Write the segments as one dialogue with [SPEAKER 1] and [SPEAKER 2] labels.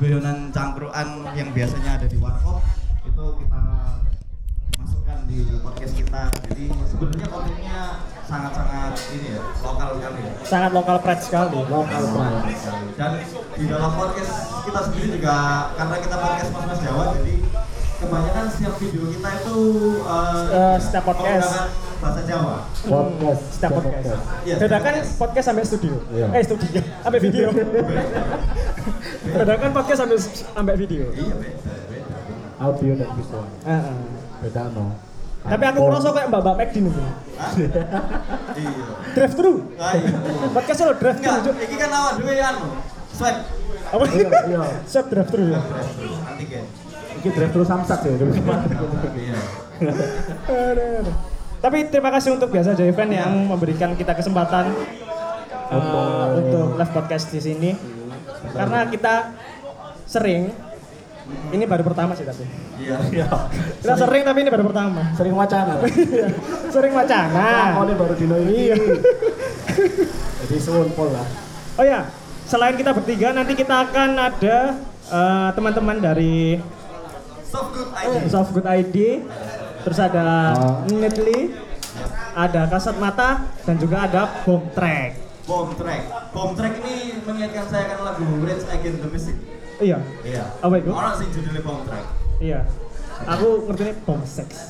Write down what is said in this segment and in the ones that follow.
[SPEAKER 1] guyonan cangkruan yang biasanya ada di warkop itu kita masukkan di podcast kita. Jadi sebenarnya kontennya sangat-sangat ini ya, lokal sekali ya.
[SPEAKER 2] Sangat lokal pride sekali.
[SPEAKER 3] Lokal banget.
[SPEAKER 1] Dan di dalam podcast kita sendiri juga karena kita podcast Mas Jawa, jadi kebanyakan setiap video kita itu
[SPEAKER 2] setiap podcast
[SPEAKER 1] menggunakan bahasa Jawa.
[SPEAKER 3] Podcast.
[SPEAKER 2] Setiap podcast.
[SPEAKER 1] Iya,
[SPEAKER 2] Bedakan
[SPEAKER 1] podcast.
[SPEAKER 2] podcast sampai studio.
[SPEAKER 3] Iya.
[SPEAKER 2] Studio. Sampai video. Bedakan podcast sampai video.
[SPEAKER 1] Iya beda.
[SPEAKER 3] Audio dan visual.
[SPEAKER 2] Heeh.
[SPEAKER 3] Beda no.
[SPEAKER 2] Tapi aku ngerasa kayak Mbak McD nih.
[SPEAKER 1] Hah? Iya.
[SPEAKER 2] Drive thru.
[SPEAKER 1] Ah, iya.
[SPEAKER 2] Podcastnya lo drive thru.
[SPEAKER 1] Enggak, ini kan awal dulu ya swag.
[SPEAKER 2] Apa?
[SPEAKER 3] Iya.
[SPEAKER 2] Siap drive thru ya.
[SPEAKER 1] Antigen.
[SPEAKER 3] Iki drive thru Samsat ya.
[SPEAKER 1] Iya.
[SPEAKER 2] Aduh. Tapi terima kasih untuk Biasa aja event yang memberikan kita kesempatan untuk live podcast di sini. Karena kita sering, ini baru pertama sih tapi.
[SPEAKER 1] Iya.
[SPEAKER 2] Kita sering tapi ini baru pertama.
[SPEAKER 3] Sering wacana.
[SPEAKER 2] Sering wacana.
[SPEAKER 3] Ini baru dino ini. Jadi suwun pol lah.
[SPEAKER 2] Oh ya, selain kita bertiga nanti kita akan ada teman-teman dari Soft Good ID, terus ada Netly, ada Kasat Mata, dan juga ada Bomb Track.
[SPEAKER 1] Bomb Track ini mengingatkan saya akan lagu Rage Against the Machine.
[SPEAKER 2] Iya.
[SPEAKER 1] Iya.
[SPEAKER 2] Apa itu?
[SPEAKER 1] Orang sing judulnya Bomb Track.
[SPEAKER 2] Iya. Aku ngerti ini Bomb Sex.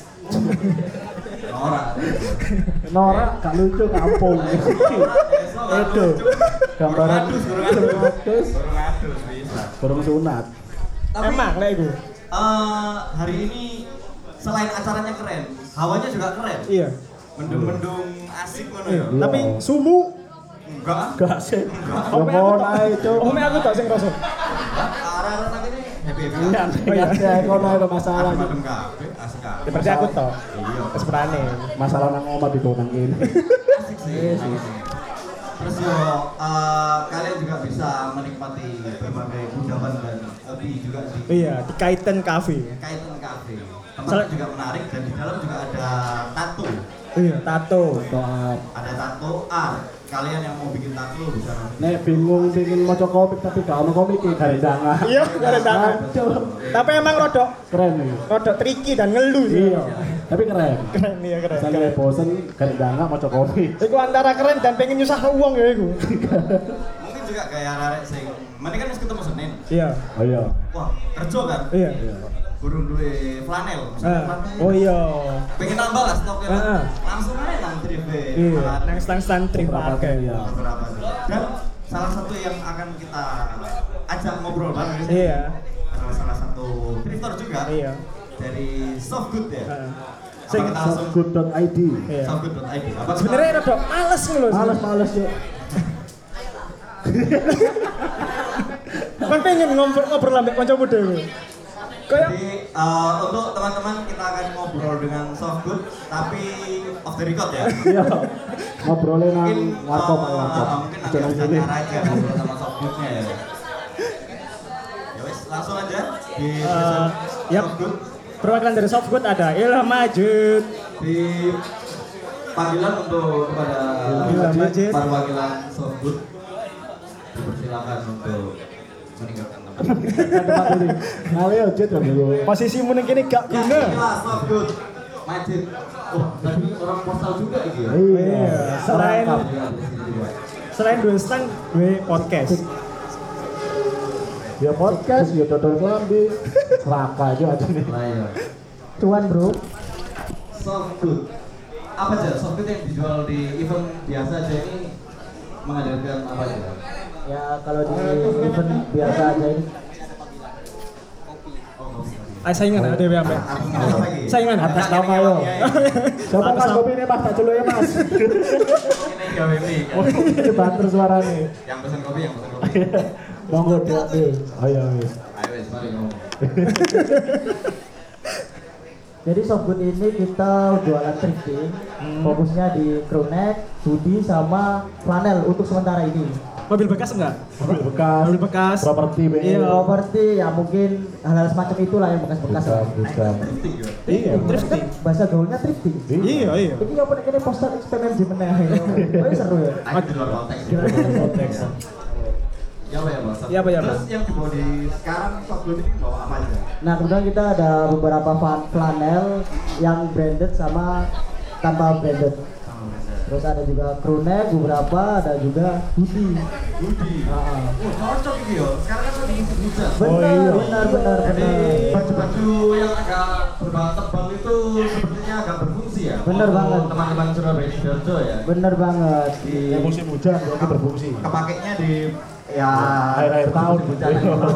[SPEAKER 3] Nora gak lucu kampung. Itu. Gambaran
[SPEAKER 1] Ngadus bisa.
[SPEAKER 3] Burung sunat.
[SPEAKER 2] Emang lah itu.
[SPEAKER 1] Hari ini selain acaranya keren, hawanya juga keren.
[SPEAKER 2] Iya.
[SPEAKER 1] Mendung-mendung asik ngono
[SPEAKER 2] Iya.
[SPEAKER 1] ya.
[SPEAKER 3] Iya.
[SPEAKER 2] Tapi sumu.
[SPEAKER 1] Enggak.
[SPEAKER 3] Gak sih.
[SPEAKER 2] Ome
[SPEAKER 3] Ya
[SPEAKER 2] aku
[SPEAKER 3] mau
[SPEAKER 2] tak-
[SPEAKER 3] naik itu.
[SPEAKER 2] Ome aku tak sing ngerasa.
[SPEAKER 1] Arah-arah nang ini happy-happy.
[SPEAKER 3] Iya, iya, kono ada masalah.
[SPEAKER 1] Adem kabeh, asik kabeh.
[SPEAKER 2] Ya berarti aku toh.
[SPEAKER 1] Iya.
[SPEAKER 2] Sebenarnya.
[SPEAKER 3] Masalah nang omah di nang kene.
[SPEAKER 1] Asik sih. Terus yo kalian juga bisa menikmati berbagai kudapan dan hobi juga di
[SPEAKER 2] Iya, di Kaiten Cafe.
[SPEAKER 1] Kaitan Cafe. Tempatnya juga menarik dan di dalam juga ada tato.
[SPEAKER 2] Iya, tato.
[SPEAKER 3] Doa.
[SPEAKER 1] Ada tato art. Kalian yang mau bikin tato bisa.
[SPEAKER 3] Nek bingung pengen maca komik tapi gak ono komik iki gare jangan.
[SPEAKER 2] Iya, gak ada tangan.
[SPEAKER 3] Aduh.
[SPEAKER 2] Tapi emang rodok
[SPEAKER 3] Keren nih.
[SPEAKER 2] tricky dan ngeluh sih.
[SPEAKER 3] Iya. Tapi keren.
[SPEAKER 2] Keren iya keren.
[SPEAKER 3] Misalnya bosen gare jangan maca komik.
[SPEAKER 2] Iku antara keren dan pengen nyusah uang ya iku.
[SPEAKER 1] Mungkin juga kayak arek sing mending kan wis ketemu Senin.
[SPEAKER 2] Iya.
[SPEAKER 3] Oh iya.
[SPEAKER 1] Wah, kerja kan?
[SPEAKER 2] Iya.
[SPEAKER 3] Iya.
[SPEAKER 1] Burung duwe flanel.
[SPEAKER 2] Oh iya.
[SPEAKER 1] Pengen nambah lah stoknya.
[SPEAKER 2] Heeh.
[SPEAKER 1] Langsung aja nang trip.
[SPEAKER 2] Iya, nang stand trip
[SPEAKER 3] Beberapa
[SPEAKER 2] pakai.
[SPEAKER 3] iya.
[SPEAKER 1] Beberapa tuh. Dan salah satu yang akan kita ajak ngobrol bareng
[SPEAKER 2] Iya.
[SPEAKER 1] adalah salah satu thrifter juga
[SPEAKER 2] Iya.
[SPEAKER 1] dari Soft Good ya.
[SPEAKER 2] Heeh.
[SPEAKER 1] Apa
[SPEAKER 2] Sing
[SPEAKER 1] kita langsung
[SPEAKER 3] Softgood.id.
[SPEAKER 2] iya.
[SPEAKER 1] softgood.id. Apa
[SPEAKER 2] Sebenarnya rodok males ngono.
[SPEAKER 3] Males yuk.
[SPEAKER 2] Kan pengen ngobrol ambek kancamu dhewe. Kayak
[SPEAKER 1] Jadi untuk teman-teman kita akan ngobrol dengan Soft Good tapi off the record ya.
[SPEAKER 3] Iya. Ngobrolin nang
[SPEAKER 1] Mungkin
[SPEAKER 3] warkop
[SPEAKER 1] mungkin nanti
[SPEAKER 3] Jangan
[SPEAKER 1] ada
[SPEAKER 3] sini.
[SPEAKER 1] acara aja ngobrol sama Soft Good-nya ya. Ya wes langsung aja di
[SPEAKER 2] yap.
[SPEAKER 1] Soft Good
[SPEAKER 2] Perwakilan dari Soft Good ada Ilham Majid.
[SPEAKER 1] di panggilan untuk kepada
[SPEAKER 2] Ilham Majid.
[SPEAKER 1] perwakilan Soft Good dipersilakan untuk meninggalkan tempat.
[SPEAKER 3] Tempat ini. Ngale aja dong dulu.
[SPEAKER 2] Posisimu ning kene gak
[SPEAKER 1] Ya,
[SPEAKER 2] guna.
[SPEAKER 1] inilah Soft Good Majid. Oh, tadi orang postal juga ini ya.
[SPEAKER 3] Iya.
[SPEAKER 2] Selain
[SPEAKER 1] Ya, di sini juga.
[SPEAKER 2] selain dua stand, dua podcast.
[SPEAKER 3] Ya podcast, ya dodol klambi. Seraka aja nih.
[SPEAKER 1] Nah, iya.
[SPEAKER 2] Cuan, Bro.
[SPEAKER 1] Soft Good. Apa aja Soft Good yang dijual di event biasa aja ini menghadirkan apa aja?
[SPEAKER 4] Ya kalau di event biasa aja ini
[SPEAKER 2] Saingan ada yang ambek.
[SPEAKER 1] Apa lagi?
[SPEAKER 2] Saingan
[SPEAKER 3] Atas nama yo. Coba
[SPEAKER 2] Atas
[SPEAKER 3] mas
[SPEAKER 2] nama.
[SPEAKER 3] kopi ini mas, tak dulu ya mas.
[SPEAKER 1] Ini gawe mie.
[SPEAKER 3] Oh, ini banter suaranya.
[SPEAKER 1] Yang pesen kopi, yang pesen kopi.
[SPEAKER 3] Monggo dia deh. Ayo wis.
[SPEAKER 1] Ayo wes, mari ngomong.
[SPEAKER 4] jadi Softgood ini kita jualan thrifting, fokusnya di crewneck, hoodie sama flanel untuk sementara ini.
[SPEAKER 2] Mobil bekas enggak?
[SPEAKER 3] Mobil bekas.
[SPEAKER 2] Mobil bekas.
[SPEAKER 3] Properti be.
[SPEAKER 2] Iya.
[SPEAKER 4] Properti ya mungkin hal-hal semacam itulah yang bekas-bekas.
[SPEAKER 3] Bukan.
[SPEAKER 2] Iya, thrifting.
[SPEAKER 4] Bahasa gaulnya thrifting.
[SPEAKER 2] Iya, iya.
[SPEAKER 4] Ini apa ini poster eksperimen di mana? Oh, seru ya.
[SPEAKER 1] Ayo di luar konteks.
[SPEAKER 3] Konteks.
[SPEAKER 1] Ya apa ya Bang?
[SPEAKER 2] Iya, apa ya,
[SPEAKER 1] Terus
[SPEAKER 2] Bang?
[SPEAKER 1] yang dibawa di sekarang Soft Good ini bawa apa aja?
[SPEAKER 4] Nah kemudian kita ada beberapa flanel yang branded sama tanpa branded. Terus ada juga crew neck beberapa, ada juga hoodie.
[SPEAKER 1] Hoodie.
[SPEAKER 4] Ah.
[SPEAKER 1] Oh, cocok ini ya. Sekarang kan lagi hujan.
[SPEAKER 4] Benar.
[SPEAKER 1] Jadi baju-baju yang agak berbahan tebal itu sepertinya agak berfungsi ya.
[SPEAKER 4] Bener banget.
[SPEAKER 1] Teman-teman Surabaya Sidoarjo ya.
[SPEAKER 4] Bener banget.
[SPEAKER 1] Di
[SPEAKER 3] Yang musim hujan berarti berfungsi.
[SPEAKER 1] kepakainya di ya
[SPEAKER 3] Akhir-akhir tahun.
[SPEAKER 1] hujan.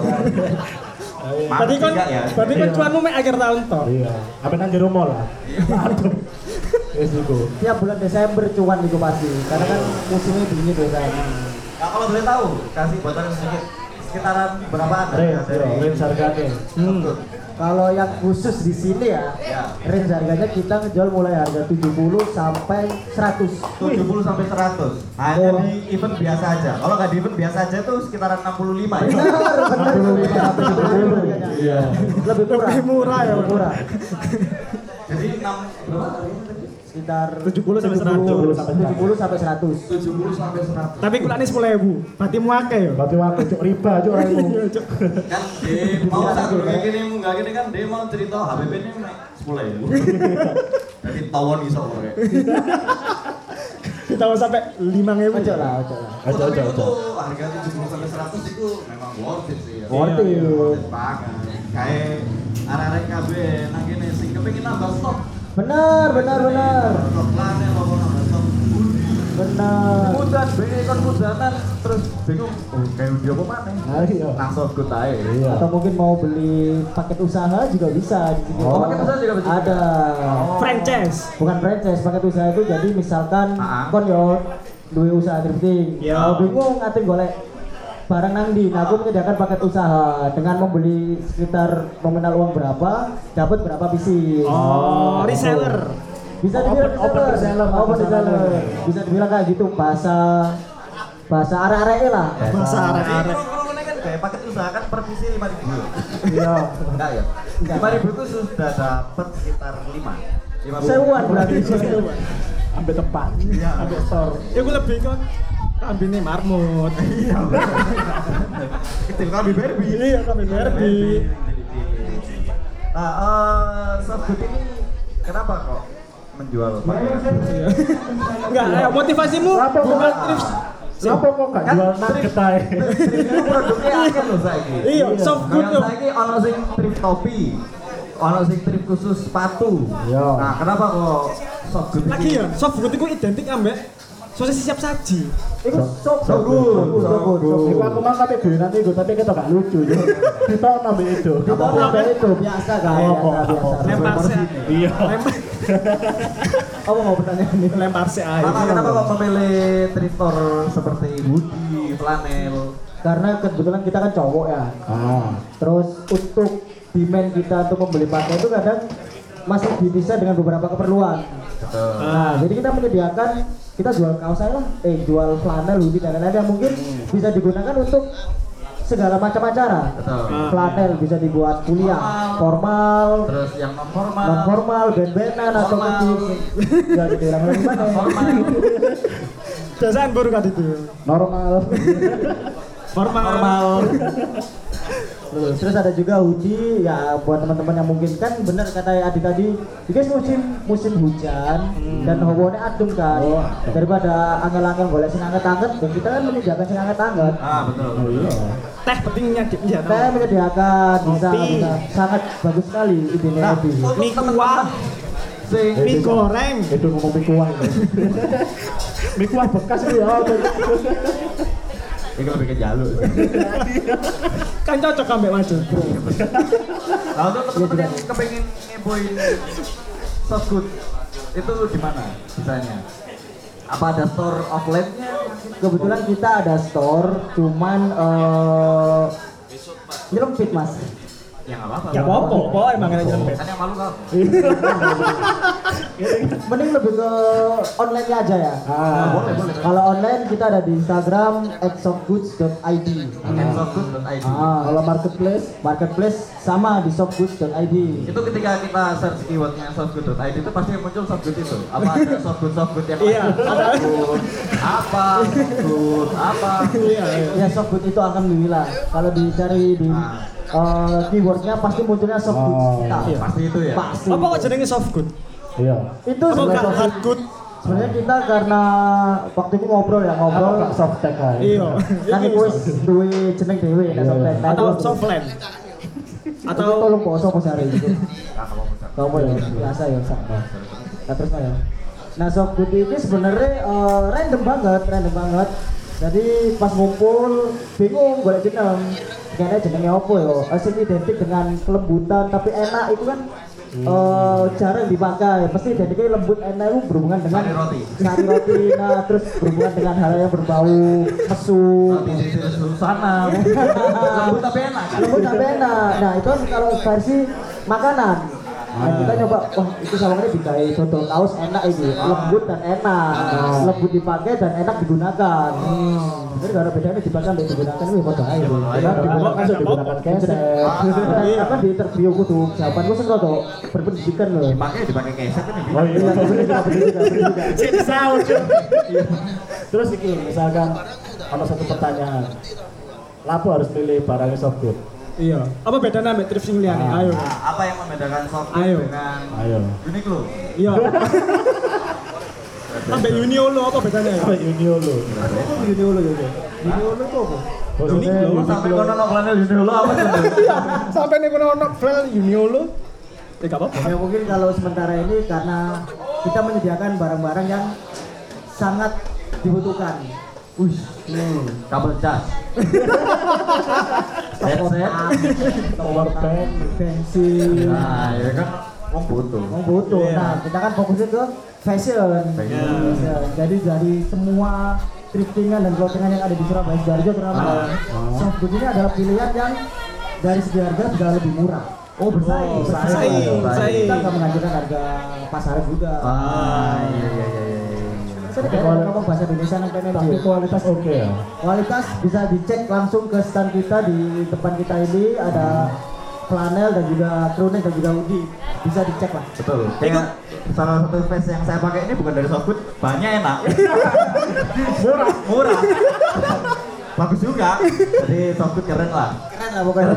[SPEAKER 2] Berarti kan berarti kan cuanmu mek akhir tahun toh.
[SPEAKER 3] Iya. Apa nang jero mall lah. Adem. Wis iku.
[SPEAKER 4] Tiap bulan Desember cuan itu pasti, karena kan musimnya dingin biasanya.
[SPEAKER 1] Nah, kalau boleh tahu, kasih bocoran sedikit sekitaran berapa ada
[SPEAKER 3] Range harganya.
[SPEAKER 4] Kalau yang khusus di sini ya, range harganya kita ngejual mulai harga 70 sampai 100.
[SPEAKER 1] 70 sampai 100. Hanya di event biasa aja. Kalau nggak di event biasa aja itu sekitaran 65 ya.
[SPEAKER 4] Benar, 65 sampai 70 harganya.
[SPEAKER 3] Iya.
[SPEAKER 4] Lebih murah.
[SPEAKER 2] Lebih murah ya,
[SPEAKER 4] Lebih murah.
[SPEAKER 1] Jadi 6 berapa?
[SPEAKER 4] Sekitar
[SPEAKER 2] 70 sampai
[SPEAKER 4] 70
[SPEAKER 2] 100.
[SPEAKER 4] 70 sampai 100.
[SPEAKER 1] 70 sampai 100.
[SPEAKER 2] Tapi kulaknya 10.000. Berarti muake ya.
[SPEAKER 3] Berarti waktu cuk riba cuk orangmu.
[SPEAKER 2] Iya, Cuk.
[SPEAKER 1] Kan dia mau satu kayak gini enggak gini kan dia mau cerita HPP ini naik 10.000. Jadi tawon iso kayak.
[SPEAKER 2] Kita mau sampai 5.000.
[SPEAKER 4] Ojo lah, ojo lah.
[SPEAKER 3] Aja.
[SPEAKER 1] Itu harga 70 sampai 100 itu memang worth it sih ya.
[SPEAKER 4] Worth it.
[SPEAKER 1] Worth it banget. Kayak arek-arek KB nang kene sing kepengin nambah stok.
[SPEAKER 4] Benar.
[SPEAKER 1] Stok lane apa nambah stok.
[SPEAKER 4] Benar.
[SPEAKER 1] Mudan bingung kan mudanan terus bingung kayak dia apa mana?
[SPEAKER 3] Nah, iya.
[SPEAKER 1] Langsung good aja.
[SPEAKER 3] Iya.
[SPEAKER 4] Atau mungkin mau beli paket usaha juga bisa di sini.
[SPEAKER 1] Oh, paket usaha juga bisa?
[SPEAKER 4] Ada.
[SPEAKER 2] Franchise.
[SPEAKER 4] Bukan franchise, paket usaha itu jadi misalkan kon yo duwe usaha thrifting.
[SPEAKER 2] Ya.
[SPEAKER 4] Bingung ate golek barang nang ndi. Nah, aku menyediakan paket usaha dengan membeli sekitar nominal uang berapa, dapat berapa pieces.
[SPEAKER 2] Oh, reseller.
[SPEAKER 4] Bisa dibilang
[SPEAKER 3] Open reseller.
[SPEAKER 4] Bisa dibilang kayak gitu bahasa arek-arek lah.
[SPEAKER 2] Bahasa arek-arek.
[SPEAKER 1] Ini kan kayak paket usaha kan per piece 5.000.
[SPEAKER 3] Iya.
[SPEAKER 1] Enggak ya? 5.000 itu sudah dapat sekitar 5.
[SPEAKER 4] Sewuan berarti.
[SPEAKER 3] Sampai tempat. Iya. Sampai store.
[SPEAKER 2] Ya gue lebih ke kambingnya marmut.
[SPEAKER 1] Iya. Kecil kami Barbie.
[SPEAKER 2] Iya, kambing Barbie.
[SPEAKER 1] Nah, Soft Good ini kenapa kok menjual pakaian?
[SPEAKER 2] Enggak, ayo motivasimu
[SPEAKER 3] Apa
[SPEAKER 2] bukan
[SPEAKER 3] kok?
[SPEAKER 2] thrift.
[SPEAKER 3] Siapa kok gak jual nugget ae?
[SPEAKER 1] Itu produknya akeh lho saiki.
[SPEAKER 2] Iya, Soft Good
[SPEAKER 1] Yang
[SPEAKER 2] loh.
[SPEAKER 1] saiki ono sing thrift topi, ono sing thrift khusus sepatu.
[SPEAKER 3] Iya.
[SPEAKER 1] Nah, kenapa kok Soft Good
[SPEAKER 2] Lagi
[SPEAKER 1] ini?
[SPEAKER 2] ya, Soft Good itu identik ambek sosis siap saji.
[SPEAKER 4] Iku
[SPEAKER 1] So good.
[SPEAKER 3] Iku aku mah kabeh dolenan iku tapi kita gak lucu yo. Kita nambah itu.
[SPEAKER 4] Kita nambah itu biasa kan, biasa.
[SPEAKER 2] Lempar sih.
[SPEAKER 3] Iya.
[SPEAKER 4] Apa mau pertanyaan ini?
[SPEAKER 2] Lempar sih aja.
[SPEAKER 1] Kenapa kok memilih thrift store seperti hoodie, flanel?
[SPEAKER 4] Karena kebetulan kita kan cowok ya. Terus untuk demand kita untuk membeli pakaian itu kadang masih didesain dengan beberapa keperluan. Nah, jadi kita menyediakan, kita jual kaos aja lah, jual flanel, hoodie dan lain-lain yang mungkin bisa digunakan untuk segala macam acara.
[SPEAKER 1] Betul.
[SPEAKER 4] Flanel bisa dibuat kuliah, formal,
[SPEAKER 1] Terus yang non formal.
[SPEAKER 4] non formal, band-bandan atau
[SPEAKER 1] Formal.
[SPEAKER 4] mungkin ya dibilang lagi mana?
[SPEAKER 1] Formal.
[SPEAKER 2] Biasaan baru kan itu.
[SPEAKER 3] Normal.
[SPEAKER 2] Formal.
[SPEAKER 4] Terus ada juga hoodie ya buat teman-teman yang mungkin kan bener kata Adi tadi, guys musim hujan dan hawane adem kan. Daripada angel-angel golek sing anget-anget, dan kita kan menyediakan sing anget-anget.
[SPEAKER 1] Betul.
[SPEAKER 2] Teh pentingnya ya.
[SPEAKER 4] Saya menyediakan bisa
[SPEAKER 2] Kopi.
[SPEAKER 4] sangat bagus sekali idenya Adi.
[SPEAKER 2] Mie kuah,
[SPEAKER 1] Sing
[SPEAKER 2] mie goreng.
[SPEAKER 3] Itu ngomong mie kuah. Mie kuah bekas itu ya.
[SPEAKER 1] ini lebih ke jalur.
[SPEAKER 2] Kan cocok ambek wajah.
[SPEAKER 1] Nah, untuk teman-teman yang kepengen ngepoin Soft Good itu di mana bisanya? Apa ada store offline-nya?
[SPEAKER 4] Kebetulan kita ada store, cuman nyelempit mas.
[SPEAKER 1] Ya nggak apa-apa.
[SPEAKER 2] Ya apa-apa, kok emang enak nyerempet.
[SPEAKER 1] Kan yang malu kau.
[SPEAKER 4] Mending lebih ke online aja ya.
[SPEAKER 1] Boleh.
[SPEAKER 4] Kalau online kita ada di Instagram @softgoods.id.
[SPEAKER 1] Softgood.id.
[SPEAKER 3] Kalau marketplace
[SPEAKER 4] sama di softgoods.id.
[SPEAKER 1] Itu ketika kita search keywordnya softgood.id itu pasti yang muncul softgood itu. Apa ada softgood yang
[SPEAKER 2] Iya, ada.
[SPEAKER 1] softgood apa?
[SPEAKER 4] Ya softgood itu alhamdulillah. Kalau dicari di keywordnya pasti munculnya softgoods kita.
[SPEAKER 2] Iya.
[SPEAKER 1] Pasti itu ya.
[SPEAKER 4] Pasti.
[SPEAKER 2] Apa kok jenenge soft good?
[SPEAKER 3] iya.
[SPEAKER 4] Itu
[SPEAKER 2] Apa
[SPEAKER 4] sebenarnya
[SPEAKER 2] gak hard
[SPEAKER 4] softgood.
[SPEAKER 2] good?
[SPEAKER 4] Sebenarnya kita karena waktu itu ngobrol
[SPEAKER 3] Apa soft tag kan?
[SPEAKER 2] Iya.
[SPEAKER 4] kan
[SPEAKER 2] Iki
[SPEAKER 4] itu wis duwe jeneng dhewe nek
[SPEAKER 3] Iya.
[SPEAKER 4] softtek. Nah,
[SPEAKER 2] atau
[SPEAKER 4] itu-
[SPEAKER 2] softland.
[SPEAKER 4] atau
[SPEAKER 2] Atau
[SPEAKER 4] tolong poso apa hari itu.
[SPEAKER 1] Nah, kalau bisa.
[SPEAKER 4] Kamu ya biasa ya sama. Nah, terus ya. Nah, softgood ini sebenarnya random banget. Jadi pas ngumpul bingung golek jeneng. Kayaknya jenengnya apa ya? Asli identik dengan kelembutan tapi enak itu kan jarang dipakai. Pasti identiknya lembut enak itu berhubungan dengan sari roti. Nah, terus berhubungan dengan hal yang berbau mesum.
[SPEAKER 1] Susana. Lembut tapi enak kan?
[SPEAKER 4] Lembut tapi enak. Nah, itu kan kalau versi makanan. Nah, kita nyoba, wah itu sawangannya dikai soto kaos enak ini, lembut dan enak, lembut dipakai dan enak digunakan. Jadi gak ada bedanya dipakai dan digunakan itu pada aja. Kita digunakan sudah digunakan keset. Apa di interview kudu jawaban gue sengkau tuh berpendidikan loh.
[SPEAKER 1] Dipakai keset kan
[SPEAKER 3] Oh iya.
[SPEAKER 4] Berpendidikan.
[SPEAKER 2] jadi saus.
[SPEAKER 3] Terus iki misalkan ada satu pertanyaan. Lapo harus pilih barangnya soft good.
[SPEAKER 2] Iya. Apa bedanya ambek thrift sing liyane? Ayo.
[SPEAKER 1] Nah, apa yang membedakan softgood
[SPEAKER 2] Ayo.
[SPEAKER 1] dengan
[SPEAKER 3] Ayo.
[SPEAKER 1] Uniqlo?
[SPEAKER 2] Iya. Ambek Uniolo apa bedanya ya?
[SPEAKER 3] Uniolo.
[SPEAKER 4] Uniolo itu. Uniolo itu apa?
[SPEAKER 2] Uniqlo.
[SPEAKER 1] Sampai kono nongklannya Uniqlo apa tuh?
[SPEAKER 2] Sampai nih kono ono file Uniolo. Ya gak apa-apa.
[SPEAKER 4] Ya mungkin kalau sementara ini karena kita menyediakan barang-barang yang sangat dibutuhkan.
[SPEAKER 1] Kabel cas.
[SPEAKER 4] Power bank, bensin.
[SPEAKER 1] Nah, ya kan wong butuh.
[SPEAKER 4] Mau butuh.
[SPEAKER 2] Iya.
[SPEAKER 4] Nah, kita kan fokusnya ke fashion. Fashion. Jadi dari semua thriftingan dan clothingan yang ada di Surabaya Sidoarjo terutama softgood ini adalah pilihan yang dari segi harga juga lebih murah. Oh bersaing.
[SPEAKER 2] bersaing.
[SPEAKER 4] Kita nggak menganjurkan harga pasaran juga.
[SPEAKER 1] Iya.
[SPEAKER 4] Saya tidak ada ngomong bahasa Indonesia yang pengen
[SPEAKER 3] Tapi kualitas oke ya.
[SPEAKER 4] kualitas bisa dicek langsung ke stand kita di depan kita ini ada flanel dan juga crewneck dan juga hoodie bisa dicek lah.
[SPEAKER 1] Betul. Kayak salah satu face yang saya pakai ini bukan dari softgood, bahannya enak. murah. Bagus juga. Jadi softgood keren lah.
[SPEAKER 4] Keren lah pokoknya.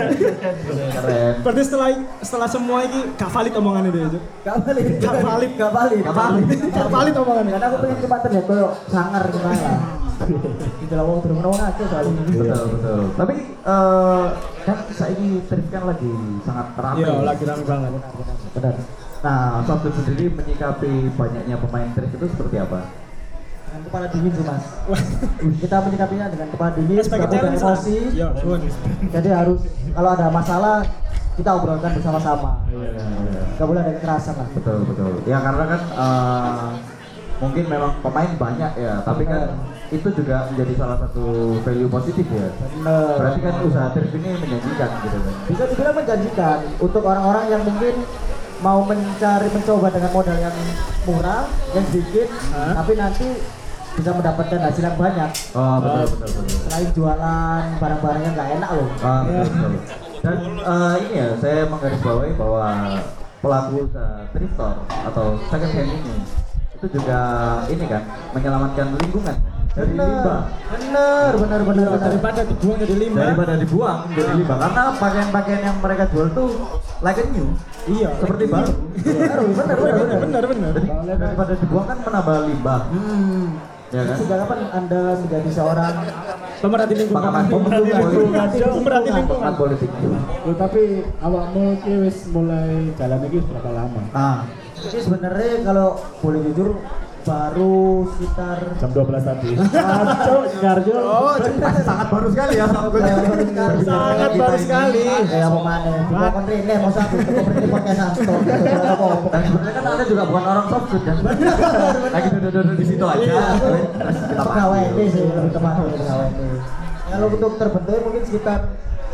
[SPEAKER 1] Keren.
[SPEAKER 2] Berarti setelah semua ini gak valid omongannya dia itu.
[SPEAKER 4] Gak valid.
[SPEAKER 2] Gak valid omongannya.
[SPEAKER 4] Karena aku pengen cuma terlihat kayak sangar gimana lah. Di dalam wong bermenang aja soalnya.
[SPEAKER 1] Betul. Tapi kan saya ini thrift kan lagi sangat ramai.
[SPEAKER 2] Iya, lagi rame banget.
[SPEAKER 4] Benar.
[SPEAKER 1] Nah, softgood sendiri menyikapi banyaknya pemain thrift itu seperti apa?
[SPEAKER 4] Dengan kepala dingin sih mas. Kita menyikapinya dengan kepala dingin,
[SPEAKER 2] Sebagai
[SPEAKER 4] gabung dengan
[SPEAKER 2] challenge lah.
[SPEAKER 4] emosi.
[SPEAKER 2] Iya, betul.
[SPEAKER 4] Jadi harus kalau ada masalah kita obrolkan bersama-sama. Gak boleh ada kekerasan lah.
[SPEAKER 1] Betul. Ya karena kan mungkin memang pemain banyak ya, tapi kan itu juga menjadi salah satu value positif ya.
[SPEAKER 4] Bener.
[SPEAKER 1] Berarti kan usaha thrift ini menjanjikan gitu kan.
[SPEAKER 4] Bisa dibilang menjanjikan untuk orang-orang yang mungkin mau mencoba dengan modal yang murah, yang sedikit, tapi nanti bisa mendapatkan hasil yang banyak.
[SPEAKER 1] Oh betul.
[SPEAKER 4] Selain jualan barang-barang yang nggak enak loh.
[SPEAKER 1] Betul. Dan ini ya saya menggarisbawahi bahwa pelaku usaha thrift store atau second hand ini itu juga ini kan menyelamatkan lingkungan dari limbah.
[SPEAKER 4] Bener.
[SPEAKER 2] Daripada dibuang jadi limbah.
[SPEAKER 1] Daripada dibuang jadi limbah karena pakaian-pakaian yang mereka jual tuh like a new.
[SPEAKER 2] Iya.
[SPEAKER 1] Seperti baru.
[SPEAKER 2] Bener.
[SPEAKER 1] Jadi daripada dibuang kan menambah limbah. Ya kan?
[SPEAKER 4] Sejak kapan Anda menjadi seorang
[SPEAKER 2] Pemerhati lingkungan. Pemerhati lingkungan.
[SPEAKER 1] Pengamat politik.
[SPEAKER 3] Loh, tapi awakmu ki wis mulai jalan iki berapa lama?
[SPEAKER 1] Nah,
[SPEAKER 4] ini sebenarnya kalau boleh jujur baru sekitar
[SPEAKER 3] Jam 12 tadi. Cok, Garjo.
[SPEAKER 1] masih sangat baru sekali ya softgood.
[SPEAKER 2] Sangat baru sekali.
[SPEAKER 4] ya apa mana gua kon rene mau satu ini podcast santo
[SPEAKER 1] Dan sebenarnya kan Anda juga bukan orang softgood kan? Lagi duduk di situ aja. Terus kita
[SPEAKER 4] pegawai ini sih lebih tepatnya pegawai ini kalau untuk terbentuknya mungkin sekitar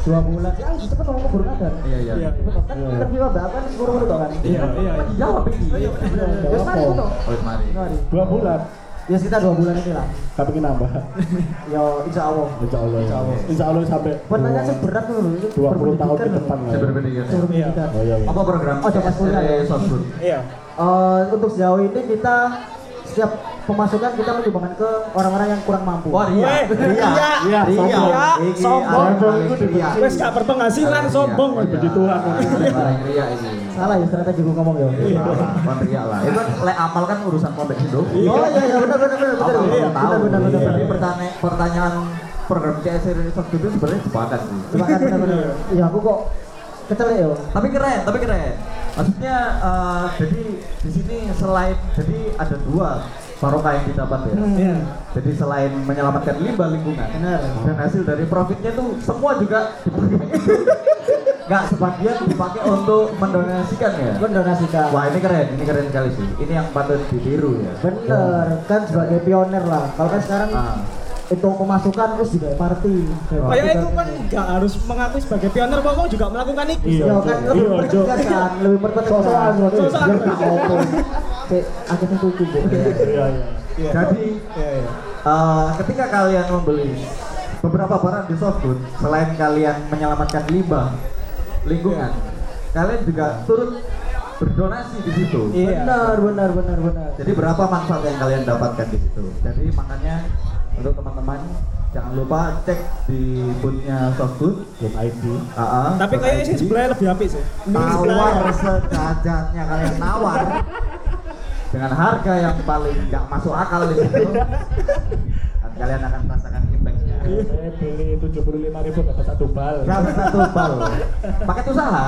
[SPEAKER 4] 2 bulan sih, ah cepet ngomong burung ada.
[SPEAKER 1] Iya.
[SPEAKER 4] Kan FIFA Mbak kan 10 menit kan?
[SPEAKER 2] Iya.
[SPEAKER 1] Kan dijawab ini.
[SPEAKER 4] Wes mari itu.
[SPEAKER 1] Oh, mari.
[SPEAKER 3] 2 bulan.
[SPEAKER 4] Ya sekitar 2 bulan ini lah.
[SPEAKER 3] Gak pengen nambah.
[SPEAKER 4] Ya insya Allah.
[SPEAKER 3] Insya Allah sampai
[SPEAKER 4] Pertanyaan sih berat tuh.
[SPEAKER 3] 20 tahun ke depan lah.
[SPEAKER 1] Berpendidikan.
[SPEAKER 4] Berpendidikan.
[SPEAKER 3] Oh iya.
[SPEAKER 1] Apa program?
[SPEAKER 4] Oh, coba kuliah ya.
[SPEAKER 1] Softfood.
[SPEAKER 2] Iya.
[SPEAKER 4] Untuk sejauh ini kita setiap pemasukan kita menyumbangkan ke orang-orang yang kurang mampu.
[SPEAKER 1] Wah, ria.
[SPEAKER 3] Iya,
[SPEAKER 2] sombong.
[SPEAKER 1] Ria.
[SPEAKER 2] Wes gak berpenghasilan sombong.
[SPEAKER 3] Begituan.
[SPEAKER 1] Ria ini.
[SPEAKER 4] Salah ya strategi gue ngomong ya.
[SPEAKER 1] Kon ria lah. Itu kan lek amal kan urusan konteks itu.
[SPEAKER 4] Oh iya benar.
[SPEAKER 1] Tahu. Jadi pertanyaan program CSR ini Softfood itu sebenarnya jebakan sih.
[SPEAKER 4] Benar. Iya aku kok kecelek ya.
[SPEAKER 1] Tapi keren. Maksudnya jadi di sini selain jadi ada 2 barokah yang didapat ya.
[SPEAKER 2] Iya.
[SPEAKER 1] Jadi selain menyelamatkan limbah lingkungan,
[SPEAKER 4] Benar.
[SPEAKER 1] dan hasil dari profitnya tuh semua juga dipakai. Nggak, sebagian dipakai untuk mendonasikan ya.
[SPEAKER 4] Mendonasikan.
[SPEAKER 1] Wah ini keren sekali sih. Ini yang patut ditiru ya.
[SPEAKER 4] Bener, kan sebagai pionir lah. Kalau kan sekarang
[SPEAKER 1] Ah.
[SPEAKER 4] itu pemasukan terus juga party.
[SPEAKER 2] Kayak itu kan nggak harus mengaku sebagai pioner, kok juga melakukan itu.
[SPEAKER 4] Iya kan lebih pertegas kan, lebih pertegas.
[SPEAKER 2] Sosokan.
[SPEAKER 4] Biar nggak opo. Akhirnya tuh Bu.
[SPEAKER 3] Iya.
[SPEAKER 1] Jadi ketika kalian membeli beberapa barang di Softfood, selain kalian menyelamatkan limbah lingkungan, kalian juga turut berdonasi di situ.
[SPEAKER 4] Benar.
[SPEAKER 1] Jadi berapa manfaat yang kalian dapatkan di situ? Jadi makanya untuk teman-teman jangan lupa cek di boothnya Softfood
[SPEAKER 3] ID.
[SPEAKER 2] Tapi kayaknya sih sebenarnya lebih apik sih.
[SPEAKER 1] Tawar sederajatnya kalian nawar dengan harga yang paling nggak masuk akal di situ. Dan kalian akan merasakan impact-nya.
[SPEAKER 3] Saya beli 75.000 dapat 1 bal.
[SPEAKER 1] Dapat 1 bal. Pakai usaha.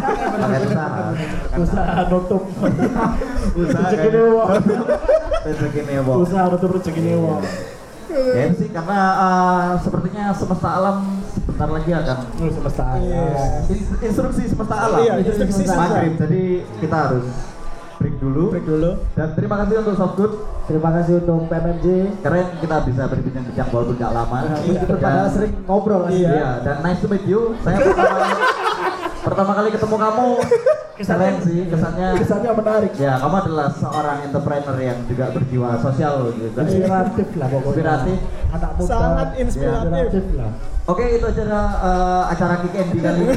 [SPEAKER 3] Usaha nutup.
[SPEAKER 1] Usaha
[SPEAKER 3] Rezeki dewa.
[SPEAKER 1] Rezeki dewa.
[SPEAKER 3] Usaha nutup rezeki dewa.
[SPEAKER 1] Ya itu sih karena sepertinya semesta alam sebentar lagi akan
[SPEAKER 3] Semesta alam.
[SPEAKER 1] instruksi semesta alam.
[SPEAKER 2] Iya, instruksi semesta.
[SPEAKER 1] Maghrib. Jadi kita harus break dulu. Dan terima kasih untuk Softfood.
[SPEAKER 4] Terima kasih untuk PMMJ.
[SPEAKER 1] Keren kita bisa berbincang-bincang walaupun nggak lama.
[SPEAKER 4] Meskipun padahal sering ngobrol kan.
[SPEAKER 1] Iya. Dan nice to meet you. Saya pertama kali ketemu kamu. Keren sih kesannya.
[SPEAKER 3] Kesannya menarik.
[SPEAKER 1] Ya, kamu adalah seorang entrepreneur yang juga berjiwa sosial gitu.
[SPEAKER 3] Inspiratif lah pokoknya.
[SPEAKER 1] Inspiratif.
[SPEAKER 3] Anak muda.
[SPEAKER 2] Sangat inspiratif.
[SPEAKER 3] lah.
[SPEAKER 1] Oke, itu acara Kick Andy kali ini.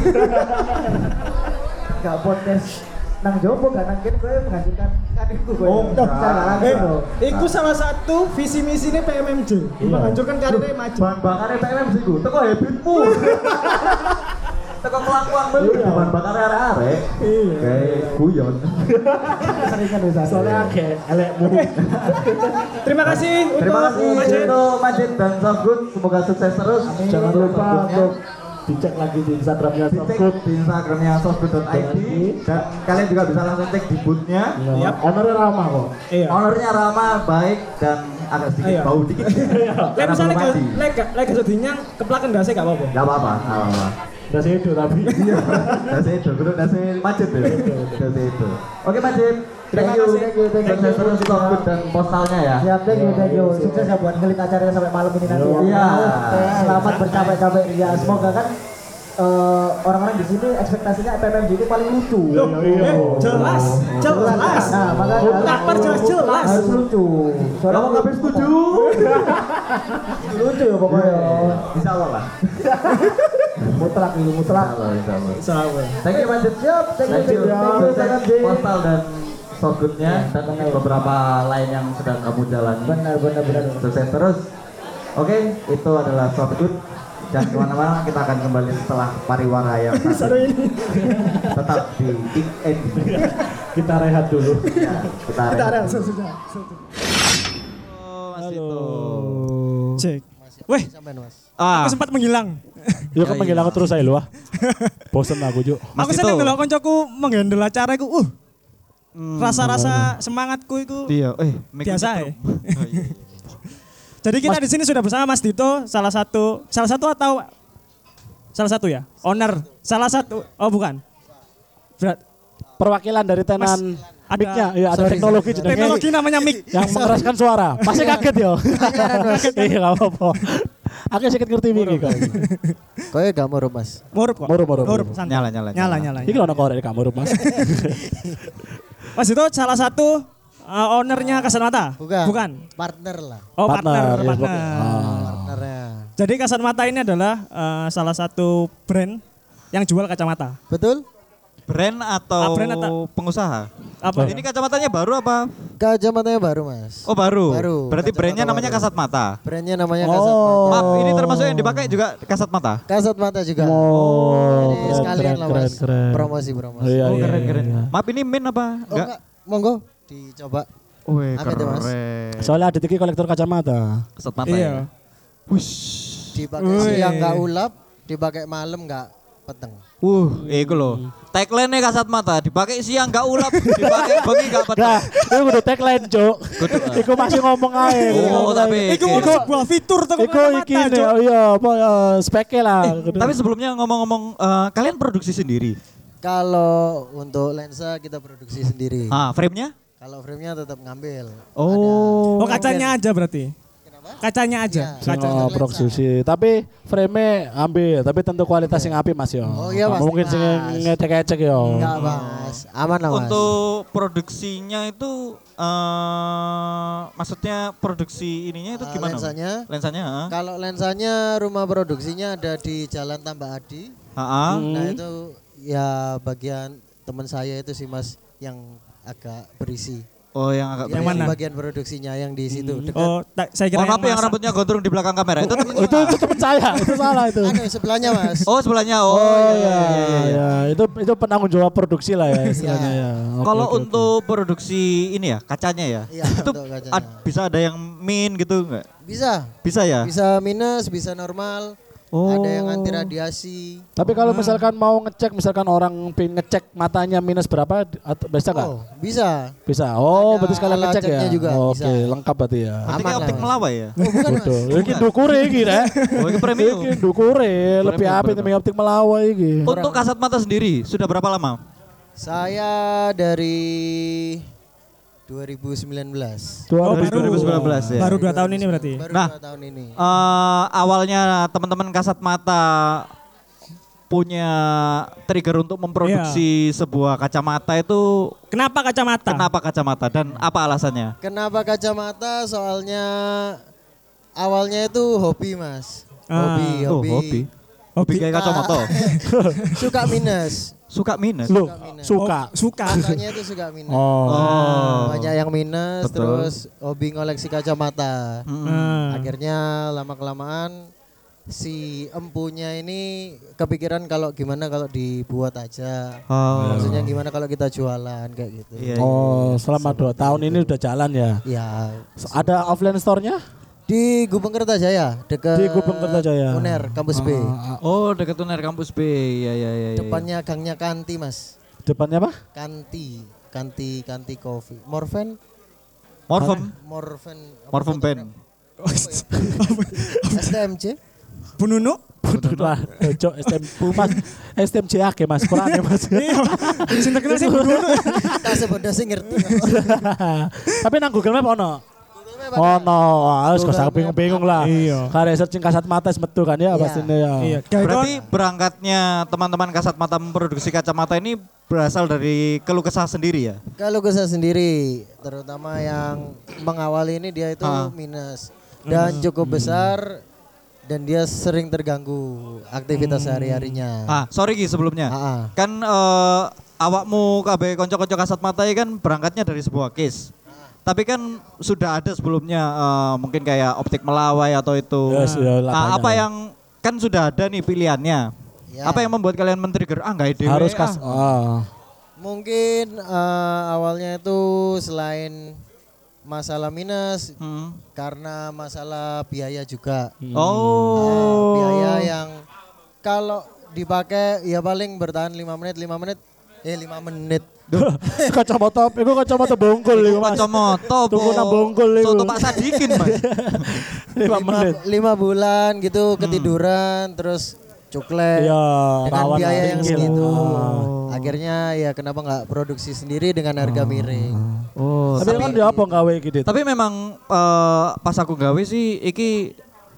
[SPEAKER 4] Gak podcast nang jopo gak nang kene kowe menghancurkan karirku kowe.
[SPEAKER 1] Oh,
[SPEAKER 4] Secara langsung.
[SPEAKER 2] Iku salah satu visi misinya PMMJ, menghancurkan karirnya maju.
[SPEAKER 1] Bahan bakarnya PMM sih gue, teko habitmu. Teko kelakuan beli, bahan bakarnya arek-arek.
[SPEAKER 2] Iya.
[SPEAKER 1] Kayak guyon.
[SPEAKER 4] Seringan bisa.
[SPEAKER 3] Soalnya kayak elekmu.
[SPEAKER 2] Terima kasih
[SPEAKER 1] Terima kasih
[SPEAKER 2] Majid.
[SPEAKER 1] untuk Majid dan Softfood, semoga sukses terus.
[SPEAKER 3] Jangan lupa
[SPEAKER 1] Softfoodnya.
[SPEAKER 3] untuk dicek lagi di Instagramnya
[SPEAKER 1] Dicek
[SPEAKER 3] Softfood.
[SPEAKER 1] di Instagramnya softfood.id dan kalian juga bisa langsung cek di boothnya.
[SPEAKER 2] Yap.
[SPEAKER 3] Ownernya ramah kok.
[SPEAKER 2] Iya.
[SPEAKER 1] Ownernya ramah, baik dan agak sedikit
[SPEAKER 2] Iya.
[SPEAKER 1] bau dikit.
[SPEAKER 2] Lek
[SPEAKER 1] Karena
[SPEAKER 2] misalnya
[SPEAKER 1] belum mandi.
[SPEAKER 2] lek kesedihan keplakan dasi gak apa-apa.
[SPEAKER 1] Gak apa-apa.
[SPEAKER 3] Udah sedo tapi.
[SPEAKER 1] Dasi itu, kudu dasi Majid ya. Dasi itu. Oke Majid,
[SPEAKER 2] Terima
[SPEAKER 1] thank you.
[SPEAKER 2] kasih.
[SPEAKER 1] Sukses terus Softfood dan postalnya ya.
[SPEAKER 4] Siap, thank you. Sukses ya buat ngelit acaranya sampai malam ini nanti.
[SPEAKER 1] Iya.
[SPEAKER 4] Selamat bercapek-capek. Ya, semoga kan orang-orang di sini ekspektasinya PMMJ itu paling lucu.
[SPEAKER 2] Jelas.
[SPEAKER 4] Nah, makanya
[SPEAKER 2] Kenapa jelas.
[SPEAKER 4] harus lucu. Soalnya
[SPEAKER 1] Kamu nggak setuju?
[SPEAKER 4] lucu ya pokoknya.
[SPEAKER 1] Insya Allah lah.
[SPEAKER 4] Mutlak.
[SPEAKER 1] Insya Allah.
[SPEAKER 2] Sama.
[SPEAKER 1] Thank you Majid.
[SPEAKER 4] Siap, thank you.
[SPEAKER 1] Sukses postal dan Softfoodnya dan beberapa lain yang sedang kamu jalani.
[SPEAKER 4] Benar.
[SPEAKER 1] Sukses terus. Oke, itu adalah Softfood. Jangan kemana-mana, kita akan kembali setelah pariwara yang
[SPEAKER 2] Seru ini.
[SPEAKER 1] tetap di Kick Andy.
[SPEAKER 3] Kita rehat dulu.
[SPEAKER 1] Ya, kita
[SPEAKER 2] Kita
[SPEAKER 1] rehat.
[SPEAKER 2] ada sudah.
[SPEAKER 1] Halo.
[SPEAKER 2] Cek. Weh. Aku sempat menghilang.
[SPEAKER 3] Yuk kan panggil aku terus saya lu ah. Bosen aku Juk.
[SPEAKER 2] Aku seneng delok koncoku menghandle acara iku. Rasa-rasa semangatku iku
[SPEAKER 1] Iya,
[SPEAKER 2] biasa ya. Jadi kita di sini sudah bersama Mas Dito, salah satu ya, owner, salah satu, oh bukan,
[SPEAKER 3] Perwakilan dari tenan
[SPEAKER 2] ada-
[SPEAKER 3] mic-nya, ya ada teknologi jenenge
[SPEAKER 2] teknologi namanya mic.
[SPEAKER 3] yang mengeraskan suara. Pasti kaget yo. Iya enggak apa-apa. Aku sedikit ngerti iki kok.
[SPEAKER 5] Kowe gak murup Mas.
[SPEAKER 2] Murup kok.
[SPEAKER 3] Murup.
[SPEAKER 2] santai. Nyala.
[SPEAKER 3] Iki lho ana korek gak murup Mas.
[SPEAKER 2] Mas itu salah satu ownernya Kasat Mata?
[SPEAKER 5] Bukan. Partner lah.
[SPEAKER 2] Oh, partner.
[SPEAKER 3] ya, pokoknya.
[SPEAKER 5] Partnernya.
[SPEAKER 2] Jadi Kasat Mata ini adalah salah satu brand yang jual kacamata.
[SPEAKER 5] Betul?
[SPEAKER 6] Brand atau pengusaha?
[SPEAKER 2] Apa?
[SPEAKER 6] Ini kacamatanya baru apa?
[SPEAKER 5] Kacamatanya baru Mas.
[SPEAKER 6] Oh baru.
[SPEAKER 5] Kacamata
[SPEAKER 6] Berarti brandnya namanya
[SPEAKER 5] baru.
[SPEAKER 6] Kasat Mata.
[SPEAKER 5] Brandnya namanya Kasat Mata.
[SPEAKER 6] Maaf, ini termasuk yang dipakai juga Kasat Mata.
[SPEAKER 5] Kasat Mata juga.
[SPEAKER 3] Oh,
[SPEAKER 5] Jadi sekalian lah Mas. Promosi.
[SPEAKER 3] Iya,
[SPEAKER 6] Oh
[SPEAKER 3] iya,
[SPEAKER 6] keren.
[SPEAKER 3] iya.
[SPEAKER 6] Maaf ini min apa?
[SPEAKER 5] Oh enggak, monggo dicoba.
[SPEAKER 6] Wih,
[SPEAKER 5] Apa itu, Mas?
[SPEAKER 6] keren.
[SPEAKER 3] Soalnya ada iki kolektor kacamata.
[SPEAKER 6] Kasat Mata
[SPEAKER 2] Iya.
[SPEAKER 6] ya. Wush.
[SPEAKER 5] Dipakai siang enggak ulap, dipakai malam enggak peteng.
[SPEAKER 6] Iku loh. Tagline-nya Kasat Mata, dipakai siang enggak ulap, dipakai bengi enggak petang.
[SPEAKER 3] Nah, itu kudu tagline, Cuk. Iku masih ngomong ae.
[SPEAKER 6] Oh, tapi
[SPEAKER 2] Iku sebuah fitur tuh
[SPEAKER 3] Iku iki nih, oh iya, apa speke lah.
[SPEAKER 6] Tapi sebelumnya ngomong-ngomong, kalian produksi sendiri?
[SPEAKER 5] Kalau untuk lensa kita produksi sendiri.
[SPEAKER 6] Frame-nya?
[SPEAKER 5] Kalau frame-nya tetap ngambil.
[SPEAKER 6] Oh.
[SPEAKER 2] Oh, kacanya aja berarti. Kacanya aja.
[SPEAKER 5] Iya.
[SPEAKER 2] Kaca.
[SPEAKER 3] Oh, produksi. Tapi frame ambil, tapi tentu kualitas yang apik Mas yo.
[SPEAKER 5] Oh iya, pasti,
[SPEAKER 3] Mungkin sing
[SPEAKER 5] Mas.
[SPEAKER 3] ngecek-ngecek yo.
[SPEAKER 5] Enggak Mas, aman lah Mas.
[SPEAKER 6] Untuk produksinya itu, maksudnya produksi ininya itu gimana?
[SPEAKER 5] Lensanya?
[SPEAKER 6] Lensanya,
[SPEAKER 5] Kalau lensanya rumah produksinya ada di Jalan Tambah Adi. Nah itu ya bagian teman saya itu sih Mas yang agak berisi.
[SPEAKER 6] Oh, yang agak
[SPEAKER 2] Yang
[SPEAKER 6] berisi.
[SPEAKER 2] mana?
[SPEAKER 5] Bagian produksinya yang di situ dekat.
[SPEAKER 2] Oh, saya kira
[SPEAKER 6] Mohon maaf yang
[SPEAKER 2] masak.
[SPEAKER 6] rambutnya gondrong di belakang kamera. Itu teman
[SPEAKER 3] Itu teman saya, itu salah itu.
[SPEAKER 5] Anu sebelahnya Mas.
[SPEAKER 6] Oh, sebelahnya. Oh,
[SPEAKER 3] Iya, iya. Itu penanggung jawab produksi lah ya istilahnya ya. Oke,
[SPEAKER 6] Kalau
[SPEAKER 3] oke,
[SPEAKER 6] untuk produksi ini ya, kacanya ya.
[SPEAKER 5] Iya,
[SPEAKER 6] itu
[SPEAKER 5] untuk kacanya.
[SPEAKER 6] bisa ada yang min gitu enggak?
[SPEAKER 5] Bisa.
[SPEAKER 6] Bisa ya?
[SPEAKER 5] Bisa minus, bisa normal.
[SPEAKER 6] Oh.
[SPEAKER 5] Ada yang anti radiasi.
[SPEAKER 3] Tapi kalau misalkan mau ngecek, misalkan orang pengen ngecek matanya minus berapa, bisa nggak?
[SPEAKER 5] Oh, bisa.
[SPEAKER 3] Bisa. Oh,
[SPEAKER 5] Ada
[SPEAKER 3] berarti sekalian
[SPEAKER 5] alat
[SPEAKER 3] ngecek ya.
[SPEAKER 5] ceknya juga,
[SPEAKER 3] Oke,
[SPEAKER 5] bisa.
[SPEAKER 3] lengkap berarti ya.
[SPEAKER 6] Berarti
[SPEAKER 5] Aman
[SPEAKER 6] kayak
[SPEAKER 5] lah,
[SPEAKER 6] optik
[SPEAKER 5] Mas.
[SPEAKER 6] melawai ya?
[SPEAKER 5] Oh, bukan Mas.
[SPEAKER 3] Betul. Iki dukure iki rek.
[SPEAKER 6] Oh, ini premium.
[SPEAKER 3] Iki dukure lebih
[SPEAKER 6] Premium,
[SPEAKER 3] apik
[SPEAKER 6] premium.
[SPEAKER 3] demi optik melawai iki.
[SPEAKER 6] Untuk Kasat Mata sendiri sudah berapa lama?
[SPEAKER 5] Saya dari 2019.
[SPEAKER 2] Oh,
[SPEAKER 6] Dari 2019 ya.
[SPEAKER 2] Baru 2 tahun ini berarti.
[SPEAKER 5] Baru
[SPEAKER 6] Nah,
[SPEAKER 5] 2 tahun ini.
[SPEAKER 6] Awalnya teman-teman Kasat Mata punya trigger untuk memproduksi sebuah kacamata itu
[SPEAKER 2] Kenapa kacamata?
[SPEAKER 6] kenapa kacamata dan apa alasannya?
[SPEAKER 5] Kenapa kacamata? Soalnya awalnya itu hobi Mas. Hobi.
[SPEAKER 6] Hobi kayak kacamata.
[SPEAKER 5] Suka minus.
[SPEAKER 6] Suka minus.
[SPEAKER 3] Lu
[SPEAKER 5] minus.
[SPEAKER 3] suka.
[SPEAKER 2] Suka.
[SPEAKER 5] Sukanya itu suka minus.
[SPEAKER 6] Oh.
[SPEAKER 5] Banyak yang minus,
[SPEAKER 6] Betul.
[SPEAKER 5] terus hobi ngoleksi kacamata.
[SPEAKER 2] Hmm.
[SPEAKER 5] Akhirnya lama-kelamaan si empunya ini kepikiran kalau gimana kalau dibuat aja.
[SPEAKER 6] Oh.
[SPEAKER 5] Maksudnya gimana kalau kita jualan kayak gitu.
[SPEAKER 6] Iya,
[SPEAKER 3] Oh, selama 2 tahun ini udah jalan ya.
[SPEAKER 5] Ya,
[SPEAKER 3] Ada offline store-nya?
[SPEAKER 5] di Gubeng Kertajaya, dekat
[SPEAKER 3] Di Gubeng Kertajaya.
[SPEAKER 5] UNER Kampus B.
[SPEAKER 6] Oh, dekat UNER Kampus B. Ya.
[SPEAKER 5] Depannya gangnya Kanti, Mas.
[SPEAKER 3] Depannya apa?
[SPEAKER 5] Kanti Coffee. Morfen
[SPEAKER 6] Morfem Band.
[SPEAKER 5] STMC.
[SPEAKER 2] Bununu?
[SPEAKER 3] Lah, cocok STM Mas. STMJ akeh Mas, kurang ya Mas.
[SPEAKER 2] Iya. Sing terkenal sing Bununu.
[SPEAKER 5] Tak sebeda sing ngerti.
[SPEAKER 3] Tapi nang Google Map ono. Ono, harus kok sak bingung-bingung lah.
[SPEAKER 2] Iya.
[SPEAKER 3] Karena searching Kasat Mata wis metu kan ya
[SPEAKER 5] Iya.
[SPEAKER 3] pastinya ya.
[SPEAKER 2] Iya.
[SPEAKER 6] Berarti berangkatnya teman-teman Kasat Mata memproduksi kacamata ini berasal dari keluh kesah sendiri ya?
[SPEAKER 5] Kalau gue sendiri, terutama yang mengawali ini dia itu minus dan cukup besar dan dia sering terganggu aktivitas sehari-harinya.
[SPEAKER 6] Sorry Ki sebelumnya. Kan awakmu KB konco-konco Kasat Mata ini kan berangkatnya dari sebuah case. Tapi kan sudah ada sebelumnya mungkin kayak optik melawai atau itu.
[SPEAKER 3] Yes, ya, lah, banyak
[SPEAKER 6] apa
[SPEAKER 3] ya.
[SPEAKER 6] yang kan sudah ada nih pilihannya.
[SPEAKER 5] Ya.
[SPEAKER 6] Apa yang membuat kalian men-trigger enggak ide
[SPEAKER 3] Harus kas.
[SPEAKER 5] Mungkin awalnya itu selain masalah minus karena masalah biaya juga.
[SPEAKER 6] Oh.
[SPEAKER 5] Biaya yang kalau dipakai ya paling bertahan 5 menit. 5 menit.
[SPEAKER 3] Kacamata, itu kacamata bonggol iku Mas.
[SPEAKER 6] Kacamata
[SPEAKER 3] Tuku nang bonggol iku.
[SPEAKER 6] Soto Pak Sadikin, Mas.
[SPEAKER 3] 5 menit.
[SPEAKER 5] 5 bulan gitu ketiduran terus cukle
[SPEAKER 3] Iya,
[SPEAKER 5] dengan
[SPEAKER 3] rawan
[SPEAKER 5] biaya yang
[SPEAKER 3] tinggi lah.
[SPEAKER 5] segitu. Akhirnya ya kenapa nggak produksi sendiri dengan harga miring.
[SPEAKER 6] Oh.
[SPEAKER 3] Tapi kan dia apa gawe iki, Dit?
[SPEAKER 6] Tapi memang pas aku gawe sih iki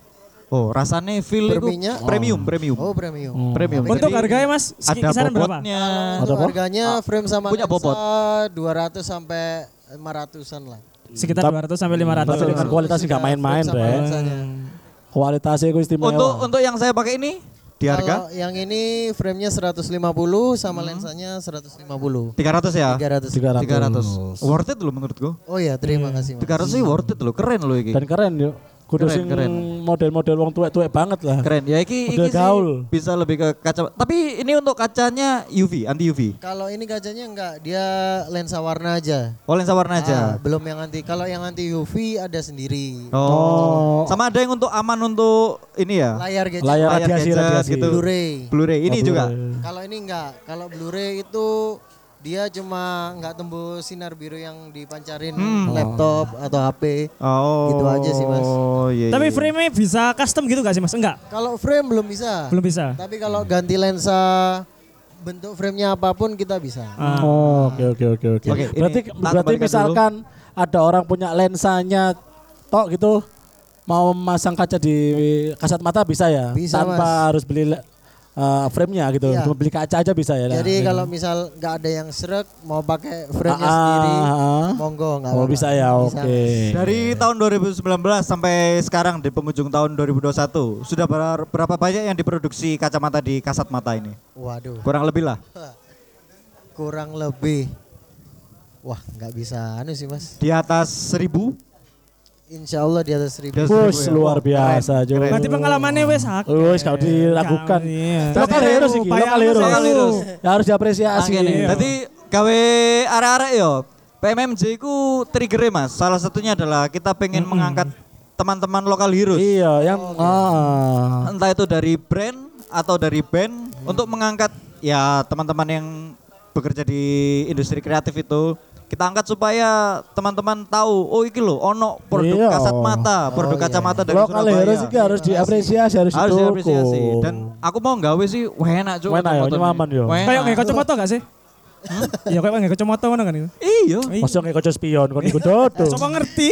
[SPEAKER 6] Oh, rasanya feel itu
[SPEAKER 5] Berminyak.
[SPEAKER 6] premium.
[SPEAKER 5] Oh, premium.
[SPEAKER 6] Premium.
[SPEAKER 2] Untuk
[SPEAKER 6] Jadi
[SPEAKER 2] harganya Mas
[SPEAKER 6] ada
[SPEAKER 2] kisaran berapa?
[SPEAKER 6] bobotnya.
[SPEAKER 5] Untuk
[SPEAKER 3] apa?
[SPEAKER 5] harganya frame sama
[SPEAKER 6] punya
[SPEAKER 5] lensa
[SPEAKER 6] bobot.
[SPEAKER 5] 200 sampai 500-an lah.
[SPEAKER 2] Sekitar
[SPEAKER 3] Tap-
[SPEAKER 2] 200 sampai 500.
[SPEAKER 3] Tapi dengan kualitas nggak main-main,
[SPEAKER 5] Frame sama
[SPEAKER 3] Bre.
[SPEAKER 5] lensanya.
[SPEAKER 3] Kualitasnya itu istimewa.
[SPEAKER 6] Untuk yang saya pakai ini di harga
[SPEAKER 5] Kalau yang ini frame-nya 150 sama lensanya 150.
[SPEAKER 6] 300 ya.
[SPEAKER 5] 300.
[SPEAKER 6] 300. Worth it loh menurutku.
[SPEAKER 5] Oh ya, terima kasih Mas.
[SPEAKER 6] 300 sih worth it loh, keren loh iki.
[SPEAKER 3] Dan keren yuk. Kudu
[SPEAKER 6] Keren,
[SPEAKER 3] sing
[SPEAKER 6] keren.
[SPEAKER 3] model-model wong tuwek-tuwek banget lah.
[SPEAKER 6] Keren. Ya iki
[SPEAKER 3] Model
[SPEAKER 6] sih
[SPEAKER 3] gaul.
[SPEAKER 6] bisa lebih ke kaca. Tapi ini untuk kacanya UV, anti UV.
[SPEAKER 5] Kalau ini kacanya enggak, dia lensa warna aja.
[SPEAKER 6] Oh, lensa warna aja.
[SPEAKER 5] Belum yang anti. Kalau yang anti UV ada sendiri.
[SPEAKER 6] Oh. Sama ada yang untuk aman untuk ini ya.
[SPEAKER 5] Layar gadget.
[SPEAKER 3] Layar
[SPEAKER 6] Layar
[SPEAKER 3] radiasi
[SPEAKER 6] gadget
[SPEAKER 3] radiasi.
[SPEAKER 6] gitu.
[SPEAKER 5] Blu-ray.
[SPEAKER 6] Blu-ray ini juga.
[SPEAKER 5] Kalau ini enggak. Kalau Blu-ray itu dia cuma enggak tembus sinar biru yang dipancarin laptop atau HP.
[SPEAKER 6] Oh.
[SPEAKER 5] Gitu aja sih, Mas.
[SPEAKER 6] Oh, iya.
[SPEAKER 2] Tapi
[SPEAKER 6] iya.
[SPEAKER 2] frame-nya bisa custom gitu gak sih Mas? Enggak.
[SPEAKER 5] Kalau frame belum bisa.
[SPEAKER 2] Belum bisa.
[SPEAKER 5] Tapi kalau ganti lensa bentuk frame-nya apapun kita bisa.
[SPEAKER 3] Oh, oke.
[SPEAKER 6] Oke, ini
[SPEAKER 3] Berarti
[SPEAKER 6] tak
[SPEAKER 3] berarti
[SPEAKER 6] kembalikan
[SPEAKER 3] misalkan ada orang punya lensanya tok gitu mau masang kaca di kasat mata bisa ya?
[SPEAKER 5] Bisa,
[SPEAKER 3] Tanpa
[SPEAKER 5] Mas.
[SPEAKER 3] harus beli frame-nya gitu.
[SPEAKER 5] Iya.
[SPEAKER 3] Cuma beli kaca aja bisa ya.
[SPEAKER 5] Jadi kalau misal nggak ada yang srek mau pakai frame-nya
[SPEAKER 3] Ah,
[SPEAKER 5] sendiri,
[SPEAKER 3] ah.
[SPEAKER 5] monggo nggak
[SPEAKER 3] Oh
[SPEAKER 5] apa-apa.
[SPEAKER 3] bisa ya,
[SPEAKER 5] Bisa.
[SPEAKER 3] oke.
[SPEAKER 6] Dari tahun 2019 sampai sekarang di penghujung tahun 2021 sudah berapa banyak yang diproduksi kacamata di kasat mata ini?
[SPEAKER 5] Waduh,
[SPEAKER 6] Kurang lebih lah.
[SPEAKER 5] kurang lebih. Wah, nggak bisa anu sih Mas.
[SPEAKER 6] Di atas 1000.
[SPEAKER 5] Insya Allah di atas 1000.
[SPEAKER 6] Di atas
[SPEAKER 3] Wus,
[SPEAKER 6] 1000 ya.
[SPEAKER 3] luar
[SPEAKER 6] Wah,
[SPEAKER 3] biasa
[SPEAKER 6] keren,
[SPEAKER 3] Jo.
[SPEAKER 6] keren.
[SPEAKER 2] Berarti pengalamannya wes aku.
[SPEAKER 3] Wis kau diragukan.
[SPEAKER 2] Iya.
[SPEAKER 3] Lokal
[SPEAKER 2] Tadi
[SPEAKER 3] hero sih,
[SPEAKER 2] upaya
[SPEAKER 3] lokal hero.
[SPEAKER 2] Mas aku.
[SPEAKER 3] Ya, harus diapresiasi.
[SPEAKER 6] Makanya,
[SPEAKER 2] Iya.
[SPEAKER 6] Jadi gawe arek-arek yo. PMMJ ku triggernya Mas. Salah satunya adalah kita pengen mengangkat teman-teman lokal heroes.
[SPEAKER 3] Iya, yang
[SPEAKER 6] Entah itu dari brand atau dari band untuk mengangkat ya teman-teman yang bekerja di industri kreatif itu kita angkat supaya teman-teman tahu oh iki lho ono produk
[SPEAKER 3] Iya.
[SPEAKER 6] kasat mata, produk kacamata dari
[SPEAKER 3] lokal
[SPEAKER 6] Surabaya.
[SPEAKER 3] hero sih harus diapresiasi, harus
[SPEAKER 6] Harus
[SPEAKER 3] didukung.
[SPEAKER 6] diapresiasi dan aku mau gawe sih enak Cuk.
[SPEAKER 3] Enak ya,
[SPEAKER 6] kacamata ini.
[SPEAKER 3] nyaman yo.
[SPEAKER 6] Enak.
[SPEAKER 2] Kayak nggak kacamata gak sih? Iya kayak nggak kacamata mana kan itu?
[SPEAKER 6] Iya,
[SPEAKER 3] Masuk kayak kocok spion, kon ikut dodo.
[SPEAKER 2] Coba ngerti.